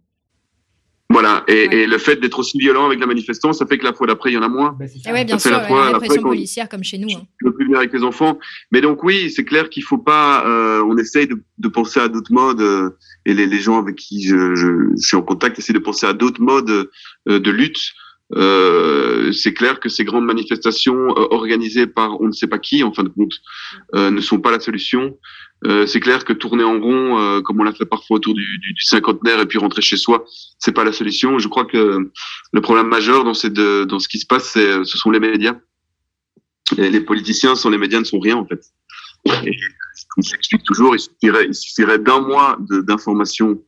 Voilà, et, ouais. et le fait d'être aussi violent avec la manifestant, ça fait que la fois d'après, il y en a moins. Bah, et ouais, bien sûr, la, fois, la répression policière comme chez nous. Hein. Je peux plus venir avec les enfants. Mais donc oui, c'est clair qu'il faut pas... Euh, on essaye de, de penser à d'autres modes, euh, et les, les gens avec qui je, je, je suis en contact essayent de penser à d'autres modes euh, de lutte. Euh, c'est clair que ces grandes manifestations euh, organisées par on ne sait pas qui, en fin de compte, euh, ne sont pas la solution. Euh, c'est clair que tourner en rond, euh, comme on l'a fait parfois autour du, du, du cinquantenaire et puis rentrer chez soi, c'est pas la solution. Je crois que le problème majeur dans, ces deux, dans ce qui se passe, c'est, ce sont les médias. Et les politiciens sans les médias ne sont rien, en fait. Et, comme j'explique toujours, il suffirait, il suffirait d'un mois de, d'information,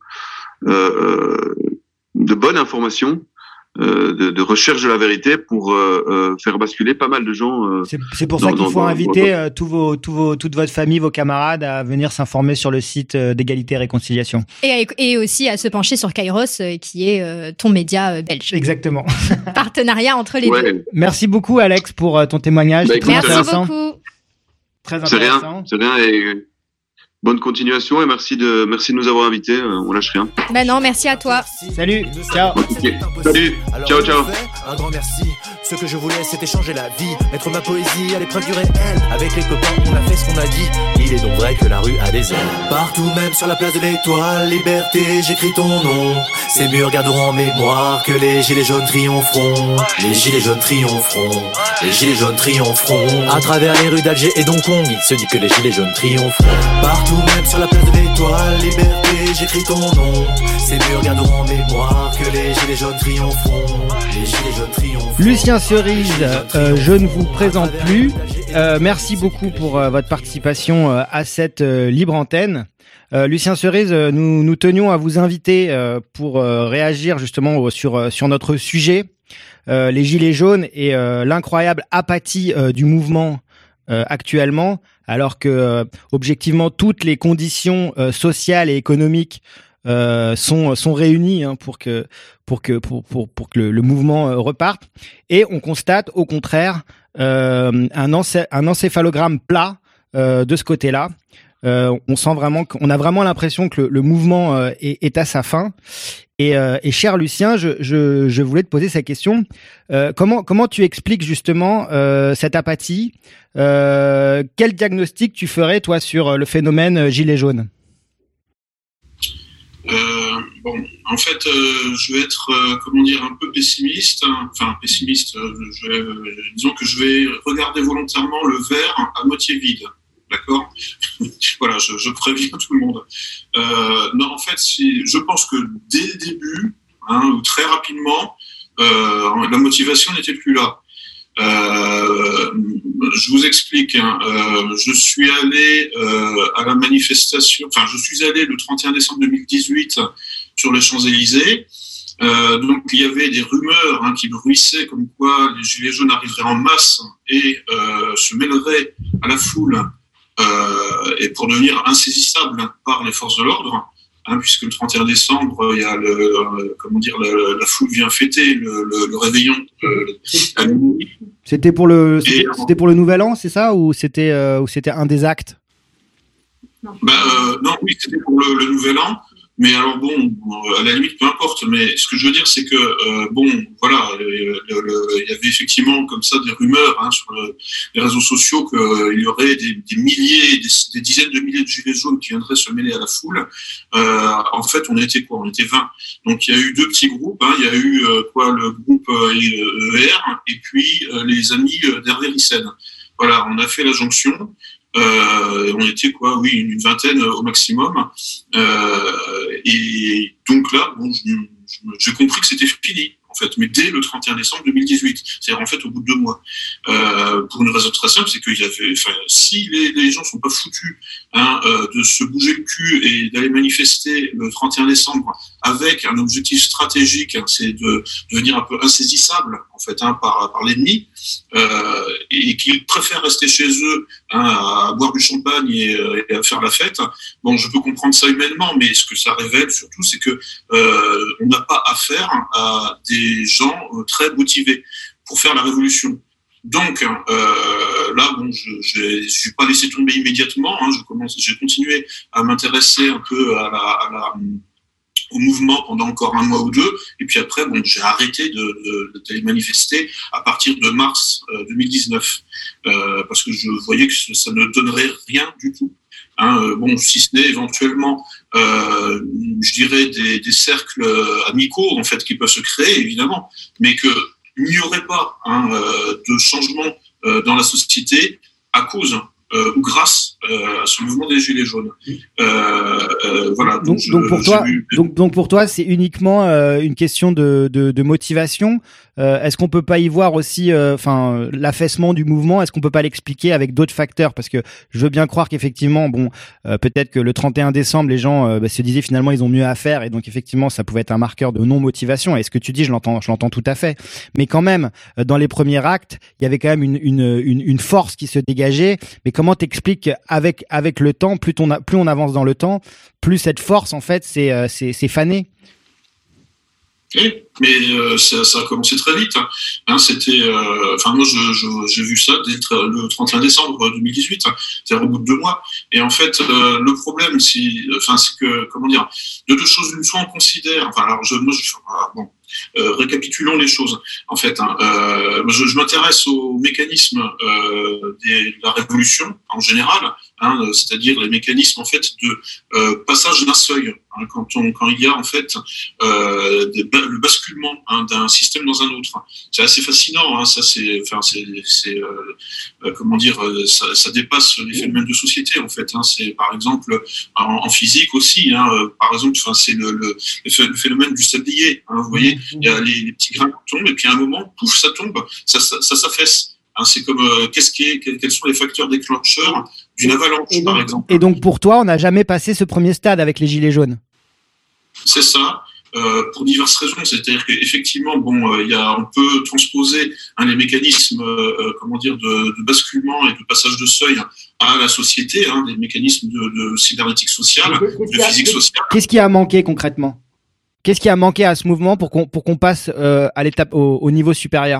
euh, de bonne information, Euh, de, de recherche de la vérité pour euh, euh, faire basculer pas mal de gens. Euh, c'est, c'est pour dans, ça qu'il faut dans, inviter dans... Euh, tous vos, tous vos, toute votre famille, vos camarades à venir s'informer sur le site euh, d'Égalité et Réconciliation. Et, et aussi à se pencher sur Kairos, euh, qui est euh, ton média euh, belge. Exactement. Partenariat entre les ouais. deux. Merci beaucoup Alex pour euh, ton témoignage. Bah, c'est très merci intéressant. beaucoup. Très c'est intéressant. rien, c'est rien et bonne continuation et merci de merci de nous avoir invités. On lâche rien. Ben non, merci à toi. Salut, ciao. Okay. Salut, alors, ciao, ciao. Un grand merci. Ce que je voulais, c'était changer la vie, mettre ma poésie à l'épreuve du réel. Avec les copains, on a fait ce qu'on a dit. Il est donc vrai que la rue a des ailes. Partout, même sur la place de l'Étoile, liberté, j'écris ton nom. Ces murs garderont en mémoire que les gilets jaunes triompheront. Les gilets jaunes triompheront. Les gilets jaunes triompheront. À travers les rues d'Alger et d'Hong Kong, il se dit que les gilets jaunes triompheront. Partout, même sur la place de l'Étoile, liberté, j'écris ton nom. Ces murs garderont en mémoire que les gilets jaunes triompheront. Les gilets jaunes triompheront. Lucien Cerise, euh, je ne vous présente plus. Euh, merci beaucoup pour euh, votre participation euh, à cette euh, libre antenne. Euh, Lucien Cerise, euh, nous, nous tenions à vous inviter euh, pour euh, réagir justement sur, euh, sur notre sujet, euh, les gilets jaunes et euh, l'incroyable apathie euh, du mouvement euh, actuellement, alors que euh, objectivement toutes les conditions euh, sociales et économiques Euh, sont sont réunis hein, pour que pour que pour pour pour que le, le mouvement euh, reparte, et on constate au contraire euh, un encé- un encéphalogramme plat euh, de ce côté-là. Euh, on sent vraiment qu'on a vraiment l'impression que le, le mouvement euh, est, est à sa fin. Et, euh, et cher Lucien, je, je je voulais te poser cette question. Euh, comment comment tu expliques justement euh, cette apathie? Euh, quel diagnostic tu ferais toi sur le phénomène euh, gilet jaune? Euh, bon, en fait, euh, je vais être, euh, comment dire, un peu pessimiste. Hein. Enfin, pessimiste. Euh, je vais, euh, disons que je vais regarder volontairement le verre à moitié vide. D'accord. Voilà, je, je préviens tout le monde. Euh, non, en fait, si, je pense que dès le début, hein, ou très rapidement, euh, la motivation n'était plus là. Euh, je vous explique. Hein, euh, je suis allé euh, à la manifestation. Enfin, je suis allé le trente et un décembre deux mille dix-huit sur les Champs-Élysées. Euh, donc il y avait des rumeurs hein, qui bruissaient comme quoi les gilets jaunes arriveraient en masse et euh, se mêleraient à la foule euh, et pour devenir insaisissables par les forces de l'ordre. Hein, puisque le trente et un décembre, il y a le, euh, comment dire, la, la foule vient fêter le, le, le réveillon. Euh, à minuit. C'était pour le, c'était, c'était pour le Nouvel An, c'est ça, ou c'était, euh, ou c'était un des actes? Bah, euh, non, oui, c'était pour le, le Nouvel An. Mais alors bon, à la limite, peu importe. Mais ce que je veux dire, c'est que euh, bon, voilà, le, le, le, il y avait effectivement comme ça des rumeurs hein, sur le, les réseaux sociaux qu'il euh, y aurait des, des milliers, des, des dizaines de milliers de gilets jaunes qui viendraient se mêler à la foule. Euh, en fait, on était quoi? On était vingt. Donc il y a eu deux petits groupes. Hein. Il y a eu euh, quoi le groupe euh, E R et puis euh, les amis euh, d'Hervé Ryssen. Voilà, on a fait la jonction. Euh, on était quoi, oui, une vingtaine au maximum. Euh, et donc là, bon, je, je, j'ai compris que c'était fini, en fait, mais dès le trente et un décembre deux mille dix-huit, c'est-à-dire en fait au bout de deux mois. Euh, pour une raison très simple, c'est qu'il y avait, enfin, si les, les gens sont pas foutus hein, euh, de se bouger le cul et d'aller manifester le trente et un décembre avec un objectif stratégique, hein, c'est de devenir un peu insaisissable en fait hein, par par l'ennemi, euh, et qu'ils préfèrent rester chez eux hein, à boire du champagne et, et à faire la fête. Bon, je peux comprendre ça humainement, mais ce que ça révèle surtout, c'est que euh, on n'a pas affaire à des gens euh, très motivés pour faire la révolution. Donc euh, là, bon, je je suis pas laissé tomber immédiatement. Hein, je commence, j'ai continué à m'intéresser un peu à la, à la au mouvement pendant encore un mois ou deux, et puis après, bon, j'ai arrêté de, de, de d'aller manifester à partir de mars euh, deux mille dix-neuf, euh, parce que je voyais que ça ne donnerait rien du tout. Hein, euh, bon, si ce n'est éventuellement, euh, je dirais des, des cercles amicaux en fait qui peuvent se créer évidemment, mais que il n'y aurait pas hein, euh, de changement euh, dans la société à cause Euh, ou grâce euh, à ce mouvement des Gilets jaunes. Euh, euh, voilà. Donc, donc, je, donc pour toi, eu... donc, donc pour toi, c'est uniquement euh, une question de, de, de motivation. Euh, est-ce qu'on peut pas y voir aussi, enfin, euh, l'affaissement du mouvement? Est-ce qu'on peut pas l'expliquer avec d'autres facteurs? Parce que je veux bien croire qu'effectivement, bon, euh, peut-être que le trente et un décembre, les gens euh, bah, se disaient finalement ils ont mieux à faire, et donc effectivement, ça pouvait être un marqueur de non motivation. Et ce que tu dis, je l'entends, je l'entends tout à fait. Mais quand même, euh, dans les premiers actes, il y avait quand même une, une, une, une force qui se dégageait. Mais comment t'expliques avec avec le temps, plus on a, plus on avance dans le temps, plus cette force en fait, c'est euh, c'est, c'est fané. Oui, mais euh, ça, ça a commencé très vite. Hein. Hein, c'était, enfin euh, moi je, je, j'ai vu ça dès le trente et un décembre deux mille dix-huit, hein, c'est-à-dire au bout de deux mois. Et en fait, euh, le problème, c'est, enfin c'est que comment dire, de deux choses, une soit on considère, enfin alors je, moi je, ah, bon. Euh, récapitulons les choses. En fait, hein, euh, je, je m'intéresse aux mécanismes euh, des, de la révolution en général, hein, c'est-à-dire les mécanismes en fait de euh, passage d'un seuil. Hein, quand on, quand il y a en fait euh, des, le basculement hein, d'un système dans un autre. C'est assez fascinant. Hein, ça c'est, enfin c'est, c'est euh, comment dire, ça, ça dépasse les phénomènes de société en fait. Hein, c'est par exemple en, en physique aussi. Hein, par exemple, enfin c'est le, le, le phénomène du sablier. Hein, vous voyez. Il y a les, les petits grains qui tombent et puis à un moment, pouf, ça tombe, ça, ça, ça s'affaisse. Hein, c'est comme euh, qu'est-ce qui est, quels sont les facteurs déclencheurs d'une avalanche, et donc, par exemple. Et donc pour toi, on n'a jamais passé ce premier stade avec les Gilets jaunes. C'est ça. Euh, pour diverses raisons, c'est-à-dire qu'effectivement, bon, il euh, y a, on peut transposer hein, les mécanismes, euh, comment dire, de, de basculement et de passage de seuil à la société, hein, des mécanismes de, de cybernétique sociale, de physique sociale. Qu'est-ce qui a manqué concrètement ? Qu'est-ce qui a manqué à ce mouvement pour qu'on pour qu'on passe euh, à l'étape au, au niveau supérieur?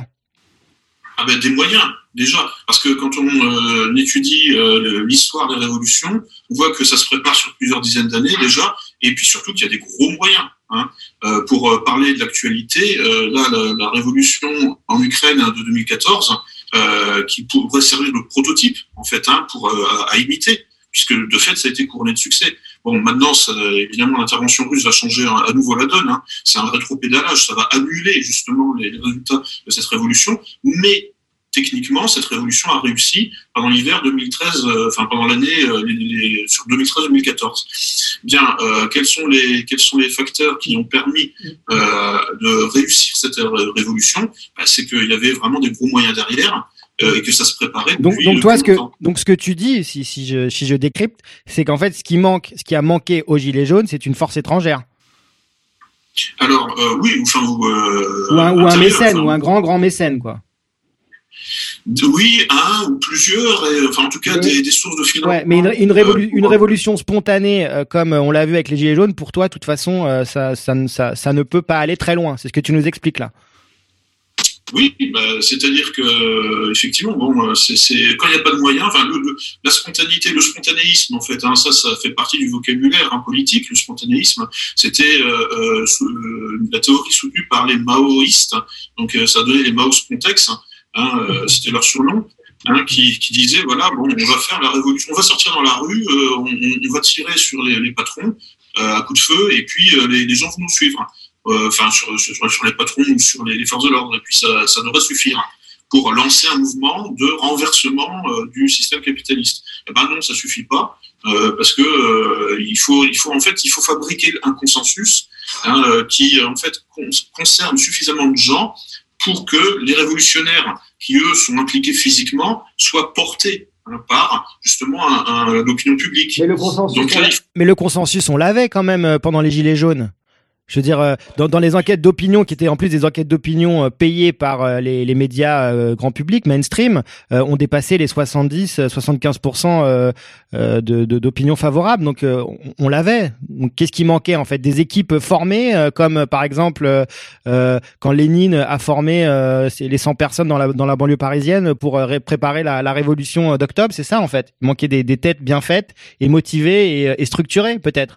Ah ben des moyens déjà, parce que quand on euh, étudie euh, l'histoire des révolutions, on voit que ça se prépare sur plusieurs dizaines d'années déjà, et puis surtout qu'il y a des gros moyens. Hein. Euh, pour euh, parler de l'actualité, euh, là la, la révolution en Ukraine de deux mille quatorze, euh, qui pourrait servir de prototype en fait, hein, pour euh, à, à imiter, puisque de fait ça a été couronné de succès. Bon, maintenant, ça, évidemment, l'intervention russe va changer à nouveau la donne. Hein. C'est un rétropédalage, ça va annuler justement les résultats de cette révolution. Mais techniquement, cette révolution a réussi pendant l'hiver deux mille treize, euh, enfin pendant l'année euh, les, les, sur deux mille treize deux mille quatorze. Bien, euh, quels sont les quels sont les facteurs qui ont permis euh, de réussir cette révolution? Ben, c'est qu'il y avait vraiment des gros moyens derrière. Euh, et que ça se préparait. Donc, donc toi, ce que, donc ce que tu dis, si, si je, si je décrypte, c'est qu'en fait, ce qui manque, ce qui a manqué aux Gilets jaunes, c'est une force étrangère. Alors euh, oui, enfin euh, ou un, ou un mécène, enfin, ou un grand grand mécène quoi. Oui, un ou plusieurs, et, enfin en tout cas des, des sources de financement. Ouais, mais une, une, révolu- euh, une révolution spontanée, euh, comme on l'a vu avec les Gilets jaunes, pour toi, de toute façon, euh, ça, ça, ça, ça ne peut pas aller très loin. C'est ce que tu nous expliques là. Oui, bah, c'est-à-dire que effectivement, bon, c'est, c'est quand il n'y a pas de moyens, enfin, le, le, la spontanéité, le spontanéisme, en fait, hein, ça, ça fait partie du vocabulaire hein, politique. Le spontanéisme, c'était euh, euh, sous, euh, la théorie soutenue par les maoïstes. Donc, euh, ça donnait les Mao Spontex. Hein, euh, c'était leur surnom, hein, qui, qui disait voilà, bon, on va faire la révolution, on va sortir dans la rue, euh, on, on va tirer sur les, les patrons euh, à coups de feu, et puis euh, les, les gens vont nous suivre. Enfin, euh, sur, sur, sur les patrons ou sur les, les forces de l'ordre, et puis ça, ça devrait suffire pour lancer un mouvement de renversement euh, du système capitaliste. Eh ben non, ça suffit pas, euh, parce que euh, il faut, il faut en fait, il faut fabriquer un consensus hein, euh, qui en fait con- concerne suffisamment de gens pour que les révolutionnaires qui, eux, sont impliqués physiquement, soient portés hein, par, justement, un, un, l'opinion publique. Mais le consensus, Donc, là, il... Mais le consensus on l'avait quand même pendant les Gilets jaunes. Je veux dire, dans, dans les enquêtes d'opinion, qui étaient en plus des enquêtes d'opinion payées par les, les médias euh, grand public, mainstream, euh, ont dépassé les soixante-dix à soixante-quinze pour cent euh, de, de, d'opinion favorable. Donc, euh, on, on l'avait. Donc, qu'est-ce qui manquait, en fait? Des équipes formées, euh, comme par exemple, euh, quand Lénine a formé euh, les cent personnes dans la, dans la banlieue parisienne pour euh, préparer la, la révolution d'octobre, c'est ça, en fait. Il manquait des, des têtes bien faites et motivées et, et structurées, peut-être.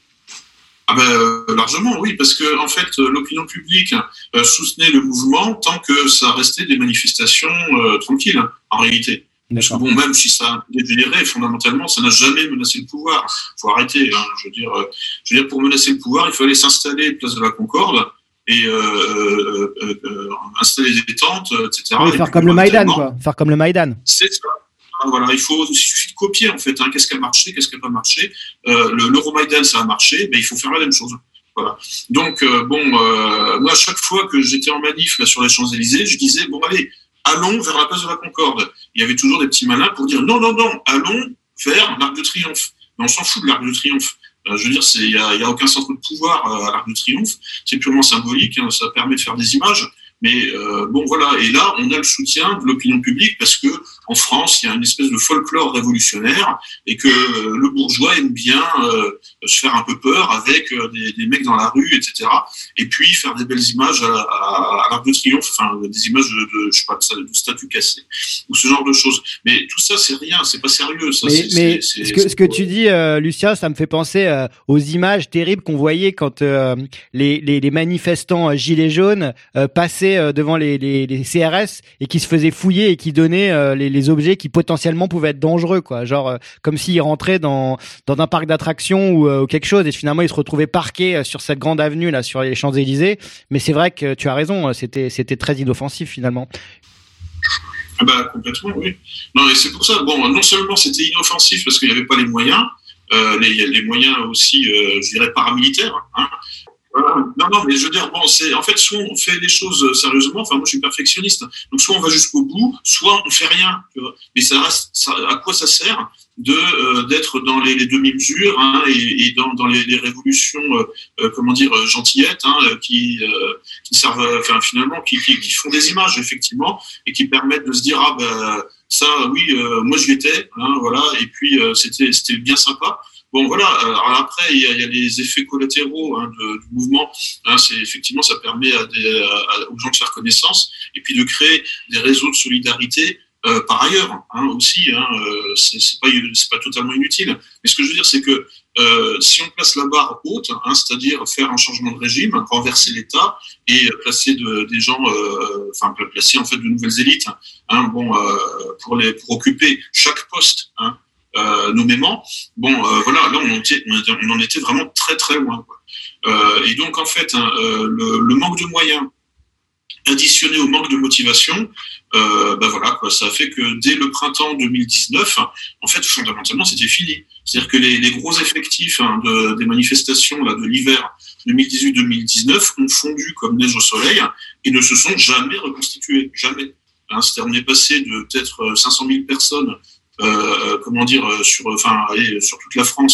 Ah ben, euh, largement, oui, parce que en fait, l'opinion publique euh, soutenait le mouvement tant que ça restait des manifestations euh, tranquilles, hein, en réalité. Parce que bon, même si ça a dégénéré, fondamentalement, ça n'a jamais menacé le pouvoir. Faut arrêter. Hein, je veux dire, euh, je veux dire, pour menacer le pouvoir, il fallait s'installer place de la Concorde et euh, euh, euh, euh, installer des tentes, et cetera. Oui, faire comme le Maïdan, quoi. Faire comme le Maïdan. C'est ça. Voilà, il faut, il suffit de copier en fait. Hein, qu'est-ce qui a marché, qu'est-ce qui n'a pas marché. Euh, le, l'Euromaïdan, ça a marché, mais il faut faire la même chose. Voilà. Donc euh, bon, euh, moi à chaque fois que j'étais en manif là sur les Champs-Élysées, je disais bon allez, allons vers la place de la Concorde. Il y avait toujours des petits malins pour dire non non non, allons vers l'Arc de Triomphe. Mais on s'en fout de l'Arc de Triomphe. Euh, je veux dire, il y a, y a aucun centre de pouvoir euh, à l'Arc de Triomphe. C'est purement symbolique. Hein, ça permet de faire des images. Mais euh, bon, voilà. Et là, on a le soutien de l'opinion publique parce que en France, il y a une espèce de folklore révolutionnaire et que euh, le bourgeois aime bien euh, se faire un peu peur avec euh, des, des mecs dans la rue, et cetera. Et puis faire des belles images à, à, à l'Arc de Triomphe, enfin des images de, de je sais pas, de, de statues cassées ou ce genre de choses. Mais tout ça, c'est rien, c'est pas sérieux. Ça, mais c'est, mais c'est, c'est, ce que c'est... ce que tu dis, euh, Lucien, ça me fait penser euh, aux images terribles qu'on voyait quand euh, les, les les manifestants euh, gilets jaunes euh, passaient euh, devant les, les les C R S et qui se faisaient fouiller et qui donnaient euh, les les objets qui potentiellement pouvaient être dangereux, quoi. Genre euh, comme s'ils rentraient dans dans un parc d'attractions ou, euh, ou quelque chose et finalement ils se retrouvaient parqués euh, sur cette grande avenue là sur les Champs-Élysées. Mais c'est vrai que tu as raison, c'était c'était très inoffensif finalement. Ah bah complètement, oui. Non, et c'est pour ça. Bon, non seulement c'était inoffensif parce qu'il n'y avait pas les moyens, euh, les, les moyens aussi, euh, je dirais paramilitaires. Hein. Euh, non, non, mais je veux dire, bon, c'est en fait soit on fait les choses sérieusement. Enfin, moi, je suis perfectionniste, donc soit on va jusqu'au bout, soit on fait rien. Tu vois. Mais ça reste. Ça, à quoi ça sert de euh, d'être dans les, les demi-mesures hein, et, et dans, dans les, les révolutions, euh, comment dire, gentillettes, hein, qui euh, qui servent, enfin finalement, qui, qui qui font des images effectivement et qui permettent de se dire ah ben ça, oui, euh, moi j'y étais, hein, voilà, et puis euh, c'était c'était bien sympa. Bon, voilà. Alors après, il y a, il y a les effets collatéraux hein, de, du mouvement. Hein, c'est effectivement, ça permet à des, à, aux gens de faire connaissance et puis de créer des réseaux de solidarité euh, par ailleurs hein, aussi. Hein, euh, c'est, c'est pas, c'est pas totalement inutile. Mais ce que je veux dire, c'est que euh, si on place la barre haute, hein, c'est-à-dire faire un changement de régime, renverser l'État et placer de, des gens, euh, enfin placer en fait de nouvelles élites, hein, bon, euh, pour les pour occuper chaque poste. Hein, Euh, nommément, bon, euh, voilà, là on en, était, on en était vraiment très très loin. Quoi. Euh, et donc en fait, hein, euh, le, le manque de moyens additionné au manque de motivation, euh, ben voilà, quoi, ça a fait que dès le printemps deux mille dix-neuf, en fait, fondamentalement, c'était fini. C'est-à-dire que les, les gros effectifs hein, de, des manifestations là, de l'hiver deux mille dix-huit deux mille dix-neuf ont fondu comme neige au soleil et ne se sont jamais reconstitués, jamais. Hein, c'est-à-dire on est passé de peut-être cinq cent mille personnes Euh, comment dire sur enfin allez, sur toute la France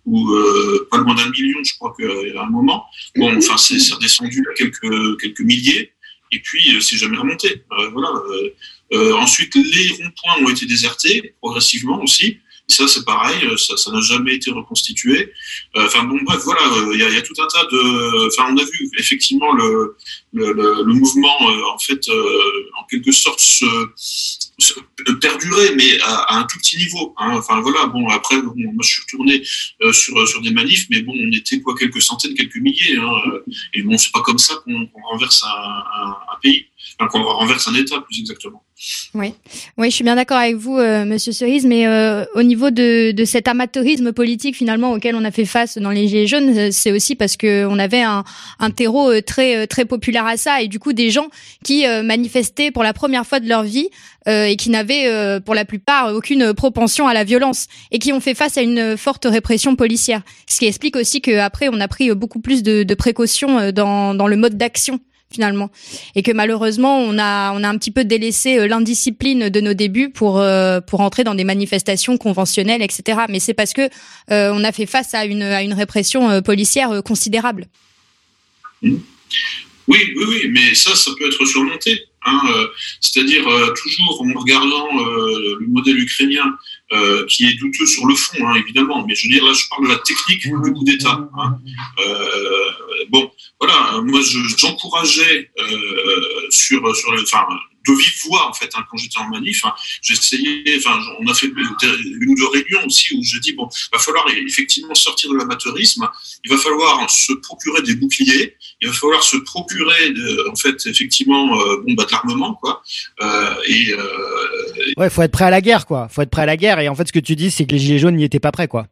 ou euh, pas loin d'un million, je crois qu'à un moment. Bon, enfin, c'est, c'est redescendu à quelques, quelques milliers, et puis euh, c'est jamais remonté. Euh, voilà. Euh, euh, ensuite, les ronds-points ont été désertés progressivement aussi. Et ça, c'est pareil, ça, ça n'a jamais été reconstitué. Enfin euh, bon, bref, voilà, il euh, y, y a tout un tas de. Enfin, on a vu effectivement le le, le, le mouvement euh, en fait, euh, en quelque sorte se, se perdurer, mais à, à un tout petit niveau. Hein. Enfin voilà, bon après, bon, moi je suis retourné euh, sur sur des manifs, mais bon, on était quoi, quelques centaines, quelques milliers. Hein. Et bon, c'est pas comme ça qu'on, qu'on renverse un, un, un pays, enfin, qu'on renverse un État, plus exactement. Oui, oui, je suis bien d'accord avec vous, euh, Monsieur Cerise, mais euh, au niveau de, de cet amateurisme politique finalement auquel on a fait face dans les Gilets jaunes, c'est aussi parce que on avait un, un terreau très très populaire à ça, et du coup des gens qui euh, manifestaient pour la première fois de leur vie euh, et qui n'avaient euh, pour la plupart aucune propension à la violence et qui ont fait face à une forte répression policière. Ce qui explique aussi qu'après on a pris beaucoup plus de, de précautions dans, dans le mode d'action, finalement, et que malheureusement on a on a un petit peu délaissé l'indiscipline de nos débuts pour euh, pour entrer dans des manifestations conventionnelles, et cetera. Mais c'est parce que euh, on a fait face à une à une répression euh, policière euh, considérable. Oui, oui, oui, mais ça, ça peut être surmonté. Hein, euh, c'est-à-dire euh, toujours en regardant euh, le modèle ukrainien euh, qui est douteux sur le fond, hein, évidemment, mais je veux dire, là je parle de la technique du coup d'État. Hein. Euh, bon, voilà, moi je, j'encourageais euh, sur, sur le, enfin, de vive voix en fait, hein, quand j'étais en manif, hein, j'essayais, enfin, on a fait une ou deux réunions aussi où je dis bon, il va falloir effectivement sortir de l'amateurisme, il va falloir se procurer des boucliers, il va falloir se procurer de, en fait effectivement euh, bon bah de l'armement quoi, euh, et euh, ouais, faut être prêt à la guerre quoi, faut être prêt à la guerre, et en fait ce que tu dis c'est que les Gilets jaunes n'y étaient pas prêts quoi.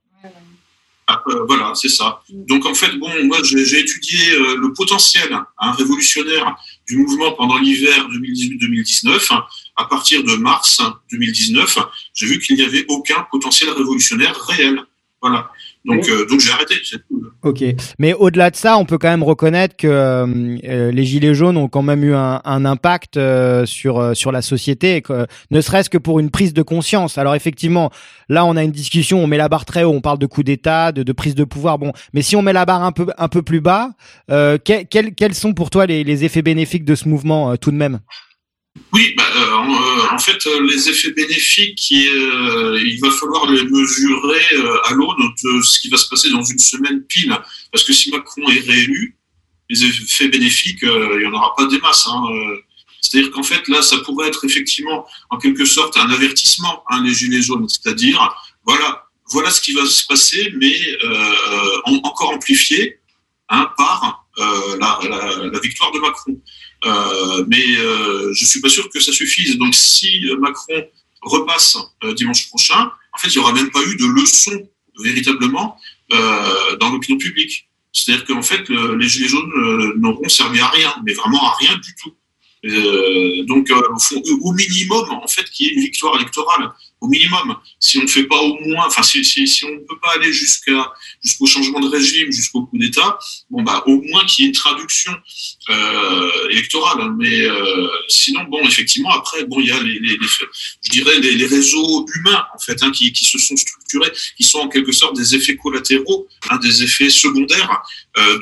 Euh, voilà, c'est ça. Donc en fait, bon, moi j'ai, j'ai étudié euh, le potentiel hein, révolutionnaire du mouvement pendant l'hiver deux mille dix-huit deux mille dix-neuf. Hein. À partir de mars deux mille dix-neuf, j'ai vu qu'il n'y avait aucun potentiel révolutionnaire réel. Voilà. Donc, euh, donc j'ai arrêté. C'est tout. Ok. Mais au-delà de ça, on peut quand même reconnaître que euh, les Gilets jaunes ont quand même eu un, un impact euh, sur euh, sur la société, et que, ne serait-ce que pour une prise de conscience. Alors effectivement, là, on a une discussion, on met la barre très haut, on parle de coup d'État, de, de prise de pouvoir. Bon, mais si on met la barre un peu un peu plus bas, euh, quels quels quels sont pour toi les, les effets bénéfiques de ce mouvement euh, tout de même? Oui, bah, euh, en, en fait, euh, les effets bénéfiques, qui, euh, il va falloir les mesurer euh, à l'aune de ce qui va se passer dans une semaine pile. Parce que si Macron est réélu, les effets bénéfiques, euh, il n'y en aura pas des masses. Hein, euh, c'est-à-dire qu'en fait, là, ça pourrait être effectivement, en quelque sorte, un avertissement, hein, les Gilets jaunes. C'est-à-dire, voilà, voilà ce qui va se passer, mais euh, en, encore amplifié hein, par euh, la, la, la victoire de Macron. Euh, mais euh, je suis pas sûr que ça suffise. Donc si Macron repasse euh, dimanche prochain, en fait il y aura même pas eu de leçon véritablement euh, dans l'opinion publique. C'est-à-dire qu'en fait le, les Gilets jaunes euh, n'auront servi à rien, mais vraiment à rien du tout. Euh, donc euh, au minimum en fait qu'il y ait une victoire électorale, au minimum. Si on ne fait pas au moins, enfin si, si, si on ne peut pas aller jusqu'à jusqu'au changement de régime, jusqu'au coup d'État, bon bah au moins qu'il y ait une traduction euh, électorale. Mais euh, sinon bon effectivement après bon il y a les, les, les je dirais les, les réseaux humains en fait hein, qui qui se sont structurés, qui sont en quelque sorte des effets collatéraux, hein, des effets secondaires euh,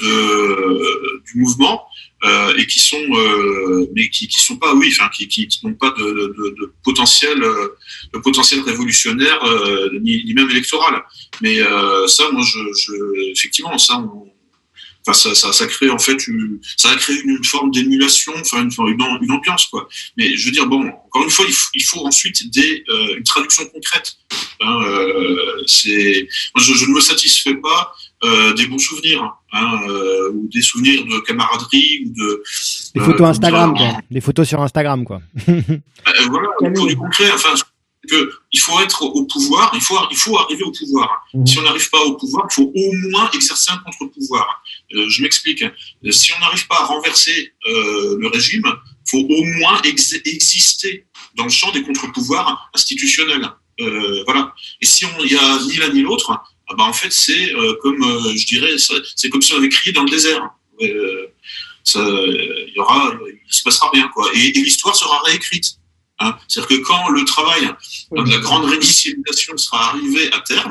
de du mouvement. Euh, et qui sont euh, mais qui qui sont pas oui enfin qui qui, qui n'ont pas de, de, de potentiel euh, de potentiel révolutionnaire euh, ni, ni même électoral, mais euh, ça moi je, je effectivement ça on, enfin ça, ça ça crée en fait une, ça a créé une, une forme d'émulation, enfin une, une une ambiance quoi. Mais je veux dire bon encore une fois il faut, il faut ensuite des euh, une traduction concrète hein, euh, c'est moi je, je ne me satisfais pas Euh, des bons souvenirs, hein, euh, ou des souvenirs de camaraderie ou de des photos euh, Instagram, de, quoi. Des photos sur Instagram, quoi. euh, voilà, pour du concret. Enfin, que il faut être au pouvoir, il faut il faut arriver au pouvoir. Mmh. Si on n'arrive pas au pouvoir, il faut au moins exercer un contre-pouvoir. Euh, je m'explique. Si on n'arrive pas à renverser euh, le régime, il faut au moins ex- exister dans le champ des contre-pouvoirs institutionnels. Euh, voilà. Et si on y a ni l'un ni l'autre, ah bah en fait c'est euh, comme euh, je dirais c'est comme si on avait crié dans le désert. Euh, ça, il y aura, il se passera rien quoi. Et, et l'histoire sera réécrite. Hein. C'est-à-dire que quand le travail de la grande réinitialisation sera arrivé à terme,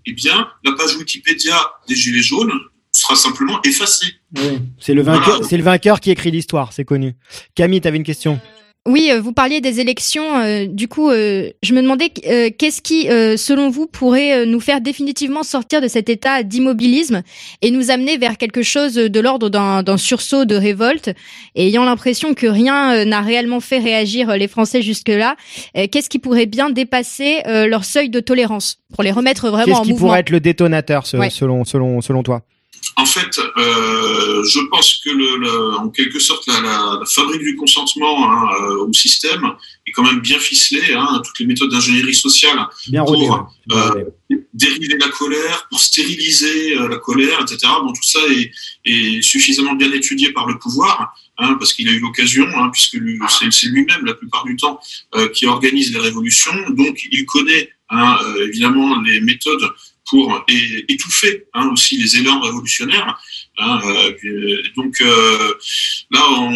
eh bien, la page Wikipédia des Gilets jaunes sera simplement effacée. Oui. C'est le vainqueur, Voilà. c'est le vainqueur qui écrit l'histoire, c'est connu. Camille, t'avais une question? Oui, euh, vous parliez des élections. Euh, du coup, euh, je me demandais euh, qu'est-ce qui, euh, selon vous, pourrait euh, nous faire définitivement sortir de cet état d'immobilisme et nous amener vers quelque chose de l'ordre d'un, d'un sursaut de révolte. Et ayant l'impression que rien euh, n'a réellement fait réagir les Français jusque-là, euh, qu'est-ce qui pourrait bien dépasser euh, leur seuil de tolérance pour les remettre vraiment Qu'est-ce en qui mouvement? pourrait être le détonateur, ce- Ouais. selon, selon, selon toi? En fait, euh, je pense que, le, le, en quelque sorte, la, la, la fabrique du consentement hein, euh, au système est quand même bien ficelée. Hein, toutes les méthodes d'ingénierie sociale Bien pour rodé, ouais. Bien euh, rodé. dériver la colère, pour stériliser euh, la colère, et cetera. Bon, tout ça est, est suffisamment bien étudié par le pouvoir, hein, parce qu'il a eu l'occasion, hein, puisque lui, c'est, c'est lui-même la plupart du temps euh, qui organise les révolutions. Donc, il connaît hein, euh, évidemment les méthodes pour é- étouffer hein, aussi les élans révolutionnaires. Hein, euh, donc euh, là, on,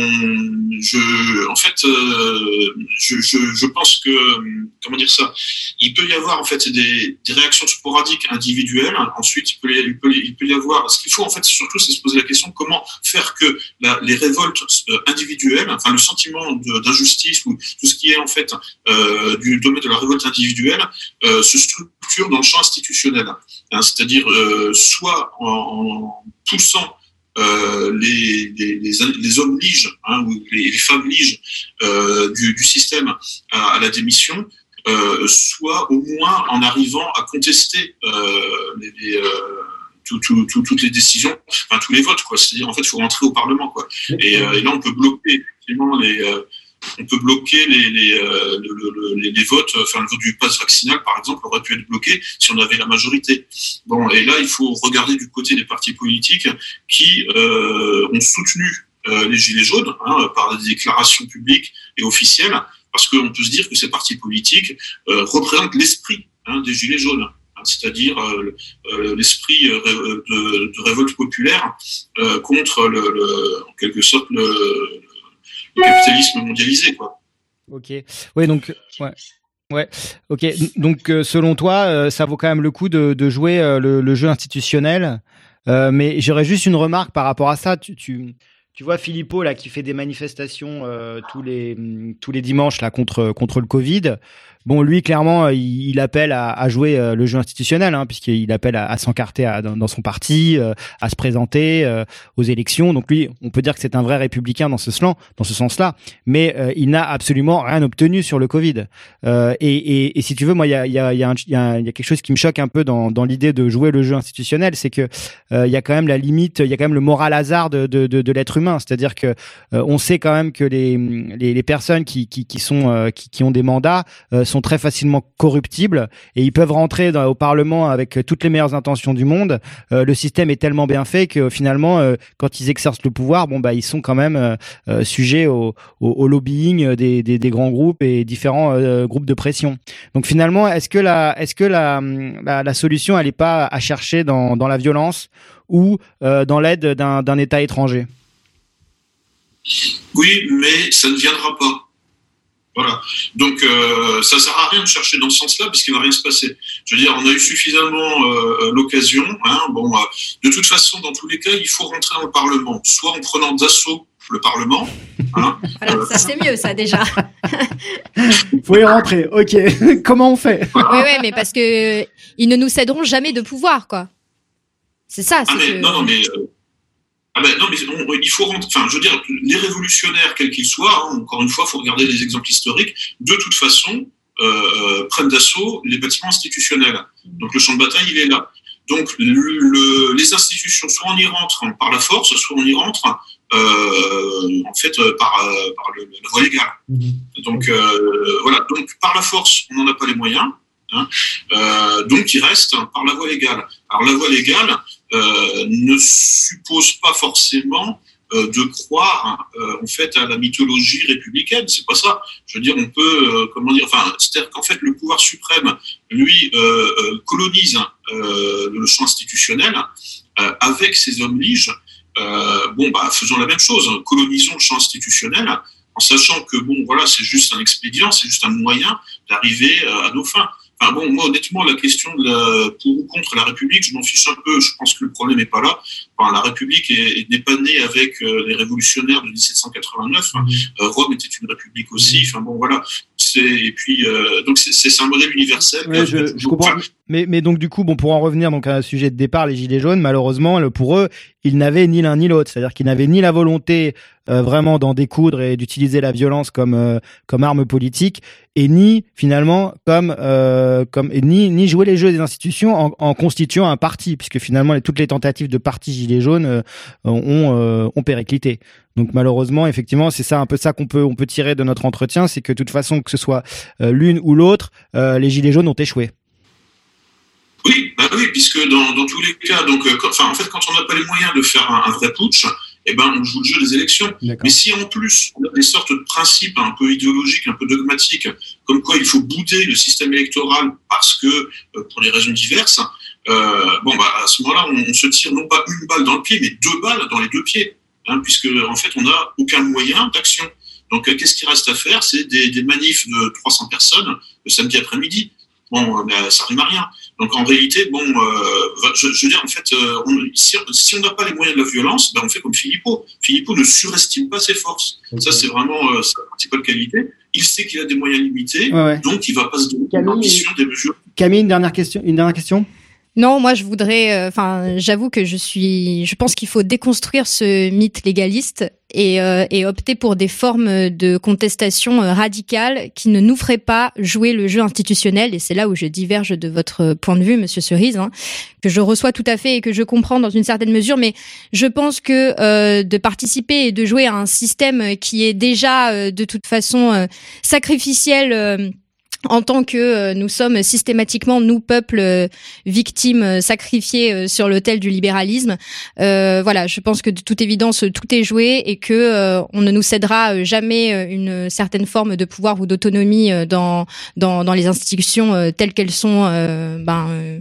je, en fait, euh, je, je, je pense que, comment dire ça, il peut y avoir en fait des, des réactions sporadiques individuelles. Ensuite, il peut, y, il, peut, il peut y avoir. Ce qu'il faut en fait, surtout, c'est se poser la question comment faire que la, les révoltes individuelles, enfin le sentiment de, d'injustice ou tout ce qui est en fait euh, du domaine de la révolte individuelle, euh, se structure dans le champ institutionnel. Hein, c'est-à-dire euh, soit en, en poussant euh, les, les, les, les hommes liges hein, ou les, les femmes liges euh, du, du système à, à la démission, euh, soit au moins en arrivant à contester euh, les, les, euh, tout, tout, tout, toutes les décisions, enfin tous les votes, quoi. C'est-à-dire en fait, il faut rentrer au Parlement, quoi. Et, euh, et là, on peut bloquer effectivement les euh, on peut bloquer les, les, euh, le, le, les, les votes, enfin le vote du pass vaccinal par exemple aurait pu être bloqué si on avait la majorité. Bon, et là il faut regarder du côté des partis politiques qui euh, ont soutenu euh, les Gilets jaunes hein, par des déclarations publiques et officielles, parce qu'on peut se dire que ces partis politiques euh, représentent l'esprit hein, des Gilets jaunes. C'est-à-dire euh, euh, l'esprit euh, de, de révolte populaire euh, contre le, le, en quelque sorte le, le capitalisme mondialisé, quoi. Ok. Oui, donc ouais. Ouais, ok. Donc, euh, selon toi, euh, ça vaut quand même le coup de, de jouer euh, le, le jeu institutionnel. Euh, mais j'aurais juste une remarque par rapport à ça. Tu, tu, tu vois Philippot là qui fait des manifestations euh, tous les tous les dimanches là contre contre le Covid. Bon, lui, clairement, il, il appelle à, à jouer euh, le jeu institutionnel, hein, puisqu'il appelle à, à s'encarter à, dans, dans son parti, euh, à se présenter euh, aux élections. Donc lui, on peut dire que c'est un vrai républicain dans ce sens, dans ce sens-là. Mais euh, il n'a absolument rien obtenu sur le Covid. Euh, et, et, et si tu veux, moi, il y a, il y a, il y a, un, il y a, il y a quelque chose qui me choque un peu dans, dans l'idée de jouer le jeu institutionnel, c'est que euh, il y a quand même la limite, il y a quand même le moral hasard de, de, de, de l'être humain. C'est-à-dire que euh, on sait quand même que les, les, les personnes qui, qui, qui sont euh, qui, qui ont des mandats euh, sont très facilement corruptibles et ils peuvent rentrer dans, au Parlement avec toutes les meilleures intentions du monde. Euh, le système est tellement bien fait que finalement, euh, quand ils exercent le pouvoir, bon bah ils sont quand même euh, euh, sujets au, au, au lobbying des, des, des grands groupes et différents euh, groupes de pression. Donc finalement, est-ce que la, est-ce que la, la, la solution, elle est pas à chercher dans, dans la violence ou euh, dans l'aide d'un, d'un État étranger? Oui, mais ça ne viendra pas. Voilà. Donc, euh, ça sert à rien de chercher dans ce sens-là, puisqu'il va rien se passer. Je veux dire, on a eu suffisamment euh, l'occasion. Hein, bon, euh, de toute façon, dans tous les cas, il faut rentrer dans le Parlement, soit en prenant d'assaut le Parlement. Hein, voilà, euh, ça c'est mieux, ça déjà. Faut y rentrer. Ok. Comment on fait? Oui, oui, mais parce que ils ne nous céderont jamais de pouvoir, quoi. C'est ça. Ah c'est mais que... non, non, mais. Euh... Ah ben non, mais on, il faut rentrer. Enfin, je veux dire, les révolutionnaires, quels qu'ils soient, hein, encore une fois, il faut regarder les exemples historiques. De toute façon, euh, prennent d'assaut les bâtiments institutionnels. Donc le champ de bataille, il est là. Donc le, le, les institutions, soit on y rentre par la force, soit on y rentre euh, en fait par, par le, la voie légale. Donc euh, voilà. Donc par la force, on n'en a pas les moyens. Hein, euh, donc il reste par la voie légale. Alors la voie légale euh, ne suppose pas forcément euh, de croire euh, en fait à la mythologie républicaine. C'est pas ça. Je veux dire, on peut euh, comment dire. Enfin, c'est-à-dire qu'en fait le pouvoir suprême, lui, euh, euh, colonise euh, le champ institutionnel euh, avec ses hommes liges. Euh, bon, bah faisons la même chose. Colonisons le champ institutionnel en sachant que bon, voilà, c'est juste un expédient, c'est juste un moyen d'arriver euh, à nos fins. Enfin bon, moi honnêtement, la question de la, pour ou contre la République, je m'en fiche un peu. Je pense que le problème n'est pas là. Enfin, la République est, n'est pas née avec euh, les révolutionnaires de dix-sept cent quatre-vingt-neuf. Hein. Euh, Rome était une république aussi. Enfin bon, voilà. C'est, et puis euh, donc c'est, c'est un modèle universel. Ouais, je, je comprends. Mais, mais donc du coup, bon, pour en revenir donc à un sujet de départ, les Gilets jaunes, malheureusement, le, pour eux, ils n'avaient ni l'un ni l'autre. C'est-à-dire qu'ils n'avaient ni la volonté euh, vraiment d'en découdre et d'utiliser la violence comme euh, comme arme politique, et ni finalement comme euh, comme et ni ni jouer les jeux des institutions en, en constituant un parti, puisque finalement toutes les tentatives de parti Gilets jaunes euh, ont euh, ont périclité. Donc malheureusement, effectivement, c'est ça un peu ça qu'on peut on peut tirer de notre entretien, c'est que de toute façon, que ce soit euh, l'une ou l'autre, euh, les Gilets jaunes ont échoué. Oui, bah oui, puisque dans, dans tous les cas, donc, euh, quand, enfin, en fait, quand on n'a pas les moyens de faire un, un vrai putsch, eh ben, on joue le jeu des élections. D'accord. Mais si en plus on a des sortes de principes un peu idéologiques, un peu dogmatiques, comme quoi il faut bouder le système électoral parce que euh, pour des raisons diverses, euh, bon, bah à ce moment-là, on, on se tire non pas une balle dans le pied, mais deux balles dans les deux pieds, hein, puisque en fait, on n'a aucun moyen d'action. Donc, euh, qu'est-ce qu'il reste à faire? C'est des, des manifs de trois cents personnes le samedi après-midi. Bon, ben, ça rime à rien. Donc en réalité, bon, euh, je, je veux dire, en fait, euh, on, si, si on n'a pas les moyens de la violence, ben, on fait comme Philippot. Philippot ne surestime pas ses forces. Okay. Ça, c'est vraiment euh, sa principale qualité. Il sait qu'il a des moyens limités, ouais, ouais. Donc il ne va pas se donner l'ambition des mesures. Camille, une dernière question. Une dernière question. Non, moi je voudrais, enfin, euh, j'avoue que je suis, je pense qu'il faut déconstruire ce mythe légaliste et, euh, et opter pour des formes de contestation euh, radicales qui ne nous feraient pas jouer le jeu institutionnel. Et c'est là où je diverge de votre point de vue, Monsieur Cerise, hein, que je reçois tout à fait et que je comprends dans une certaine mesure. Mais je pense que euh, de participer et de jouer à un système qui est déjà euh, de toute façon euh, sacrificiel. Euh, En tant que euh, nous sommes systématiquement, nous, peuple, euh, victimes, euh, sacrifiés euh, sur l'autel du libéralisme, euh, voilà, je pense que de toute évidence, tout est joué et que euh, on ne nous cédera jamais euh, une certaine forme de pouvoir ou d'autonomie euh, dans, dans dans les institutions euh, telles qu'elles sont euh, ben, euh,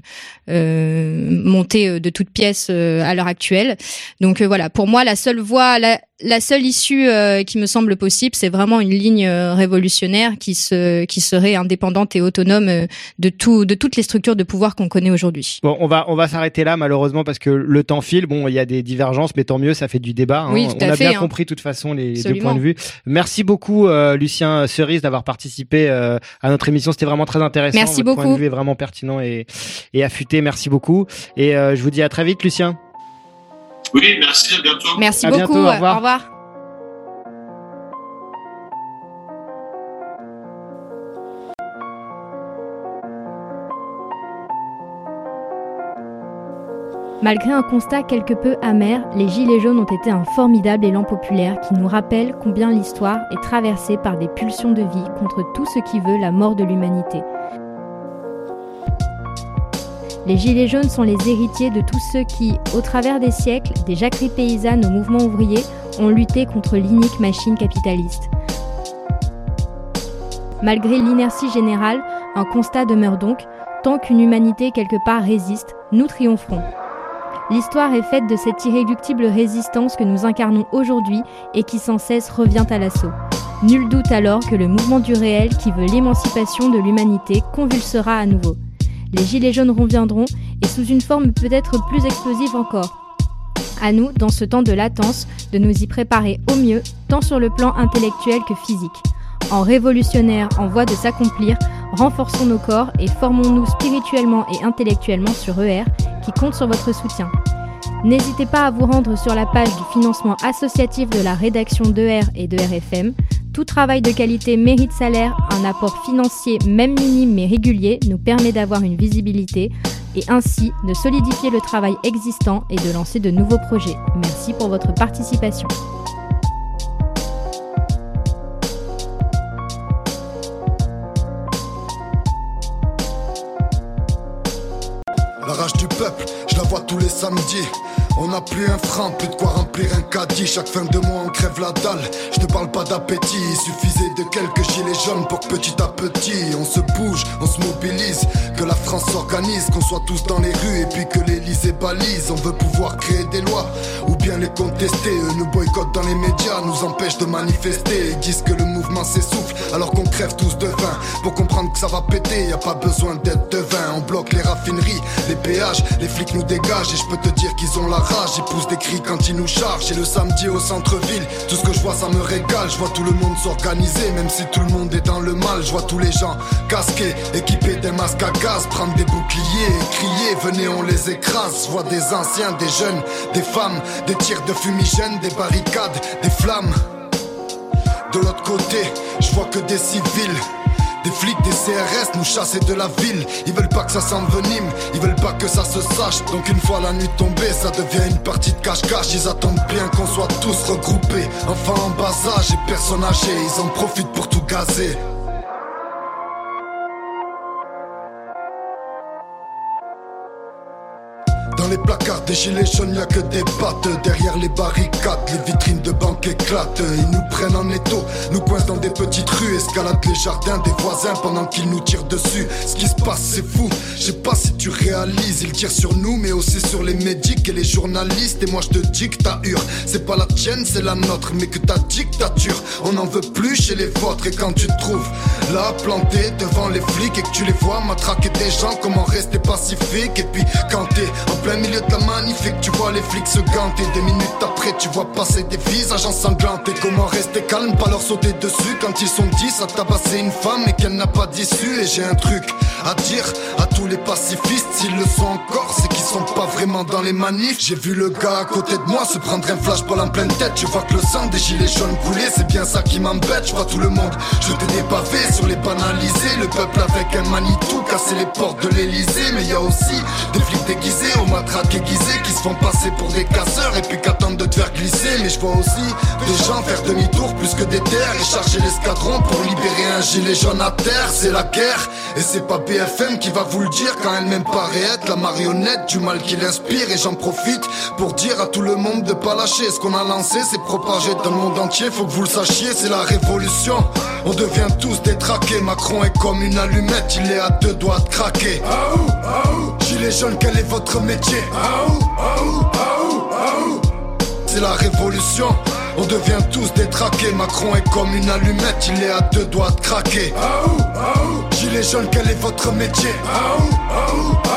euh, montées de toutes pièces euh, à l'heure actuelle. Donc euh, voilà, pour moi, la seule voie... La, La seule issue euh, qui me semble possible, c'est vraiment une ligne euh, révolutionnaire qui se qui serait indépendante et autonome euh, de tout de toutes les structures de pouvoir qu'on connaît aujourd'hui. Bon, on va on va s'arrêter là malheureusement parce que le temps file. Bon, il y a des divergences, mais tant mieux, ça fait du débat. Hein. Oui, tout à on a fait, bien hein. compris de toute façon les Absolument. deux points de vue. Merci beaucoup euh, Lucien Cerise d'avoir participé euh, à notre émission. C'était vraiment très intéressant. Merci Votre beaucoup. point de vue est vraiment pertinent et et affûté. Merci beaucoup. Et euh, je vous dis à très vite, Lucien. Oui, merci, à bientôt. Merci à beaucoup. Bientôt, au revoir. Au revoir. Malgré un constat quelque peu amer, les Gilets jaunes ont été un formidable élan populaire qui nous rappelle combien l'histoire est traversée par des pulsions de vie contre tout ce qui veut la mort de l'humanité. Les Gilets jaunes sont les héritiers de tous ceux qui, au travers des siècles, des jacqueries paysannes au mouvement ouvrier, ont lutté contre l'inique machine capitaliste. Malgré l'inertie générale, un constat demeure donc, tant qu'une humanité quelque part résiste, nous triompherons. L'histoire est faite de cette irréductible résistance que nous incarnons aujourd'hui et qui sans cesse revient à l'assaut. Nul doute alors que le mouvement du réel qui veut l'émancipation de l'humanité convulsera à nouveau. Les Gilets jaunes reviendront et sous une forme peut-être plus explosive encore. À nous, dans ce temps de latence, de nous y préparer au mieux, tant sur le plan intellectuel que physique. En révolutionnaires en voie de s'accomplir, renforçons nos corps et formons-nous spirituellement et intellectuellement sur E R, qui compte sur votre soutien. N'hésitez pas à vous rendre sur la page du financement associatif de la rédaction d'E R et de R F M. Tout travail de qualité mérite salaire, un apport financier même minime mais régulier nous permet d'avoir une visibilité et ainsi de solidifier le travail existant et de lancer de nouveaux projets. Merci pour votre participation. La rage du peuple, je la vois tous les samedis. On n'a plus un franc, plus de quoi remplir un caddie. Chaque fin de mois on crève la dalle. Je te parle pas d'appétit, il suffisait de quelques gilets jaunes pour que petit à petit on se bouge, on se mobilise, que la France s'organise, qu'on soit tous dans les rues et puis que l'Élysée balise. On veut pouvoir créer des lois ou bien les contester. Eux nous boycottent dans les médias, nous empêchent de manifester. Ils disent que le mouvement s'essouffle alors qu'on crève tous de faim. Pour comprendre que ça va péter, y a pas besoin d'être devin. On bloque les raffineries, les péages, les flics nous dégagent. Et je peux te dire qu'ils ont la rage, ils poussent des cris quand ils nous chargent. Et le samedi au centre-ville, tout ce que je vois ça me régale. Je vois tout le monde s'organiser, même si tout le monde est dans le mal. Je vois tous les gens casqués, équipés d'un masque à gaz, prendre des boucliers et crier, venez on les écrase. Je vois des anciens, des jeunes, des femmes, des tirs de fumigène, des barricades, des flammes. De l'autre côté, je vois que des civils, des flics, des C R S nous chasser de la ville. Ils veulent pas que ça s'envenime, ils veulent pas que ça se sache. Donc une fois la nuit tombée, ça devient une partie de cache-cache. Ils attendent bien qu'on soit tous regroupés, enfants en bas âge et personnes âgées. Ils en profitent pour tout gazer. Dans les placards des gilets jaunes, y'a que des pattes. Derrière les barricades, les vitrines de banques éclatent. Ils nous prennent en étau, nous coincent dans des petites rues, escaladent les jardins des voisins pendant qu'ils nous tirent dessus. Ce qui se passe c'est fou, je sais pas si tu réalises. Ils tirent sur nous mais aussi sur les médics et les journalistes. Et moi je te dis que ta hure, c'est pas la tienne, c'est la nôtre. Mais que ta dictature, on n'en veut plus chez les vôtres. Et quand tu te trouves là planté devant les flics et que tu les vois matraquer des gens, comment rester pacifique? Et puis quand t'es en plein milieu de la manif et que tu vois les flics se ganter, des minutes après tu vois passer des visages ensanglantés. Comment rester calme, pas leur sauter dessus quand ils sont dix à tabasser une femme et qu'elle n'a pas d'issue? Et j'ai un truc à dire à tous les pacifistes, s'ils le sont encore, c'est qu'ils sont pas vraiment dans les manifs. J'ai vu le gars à côté de moi se prendre un flashball en pleine tête. Je vois que le sang des gilets jaunes coulait, c'est bien ça qui m'embête. Je vois tout le monde jeter des pavés sur les banalisés, le peuple avec un Manitou casser les portes de l'Elysée. Mais y a aussi des flics déguisés aux matraques aiguisées qui se font passer pour des casseurs et puis qu'attendent de te faire glisser. Mais je vois aussi des gens faire demi-tour plus que des terres et charger l'escadron pour libérer un gilet jaune à terre. C'est la guerre et c'est pas B F M qui va vous le dire quand elle-même paraît être la marionnette du mal qui l'inspire. Et j'en profite pour dire à tout le monde de pas lâcher. Ce qu'on a lancé c'est propagé dans le monde entier, faut que vous le sachiez, c'est la révolution. On devient tous détraqués, Macron est comme une allumette, il est à deux doigts de craquer. Ah ouh, ah ouh. Gilets jaunes, quel est votre métier? Ah ouh, ah ouh, ah ouh, ah ouh. C'est la révolution, on devient tous détraqués. Macron est comme une allumette, il est à deux doigts de craquer. Ah ouh, ah ouh. Gilets jaunes, quel est votre métier? Ah ouh, ah ouh, ah ouh.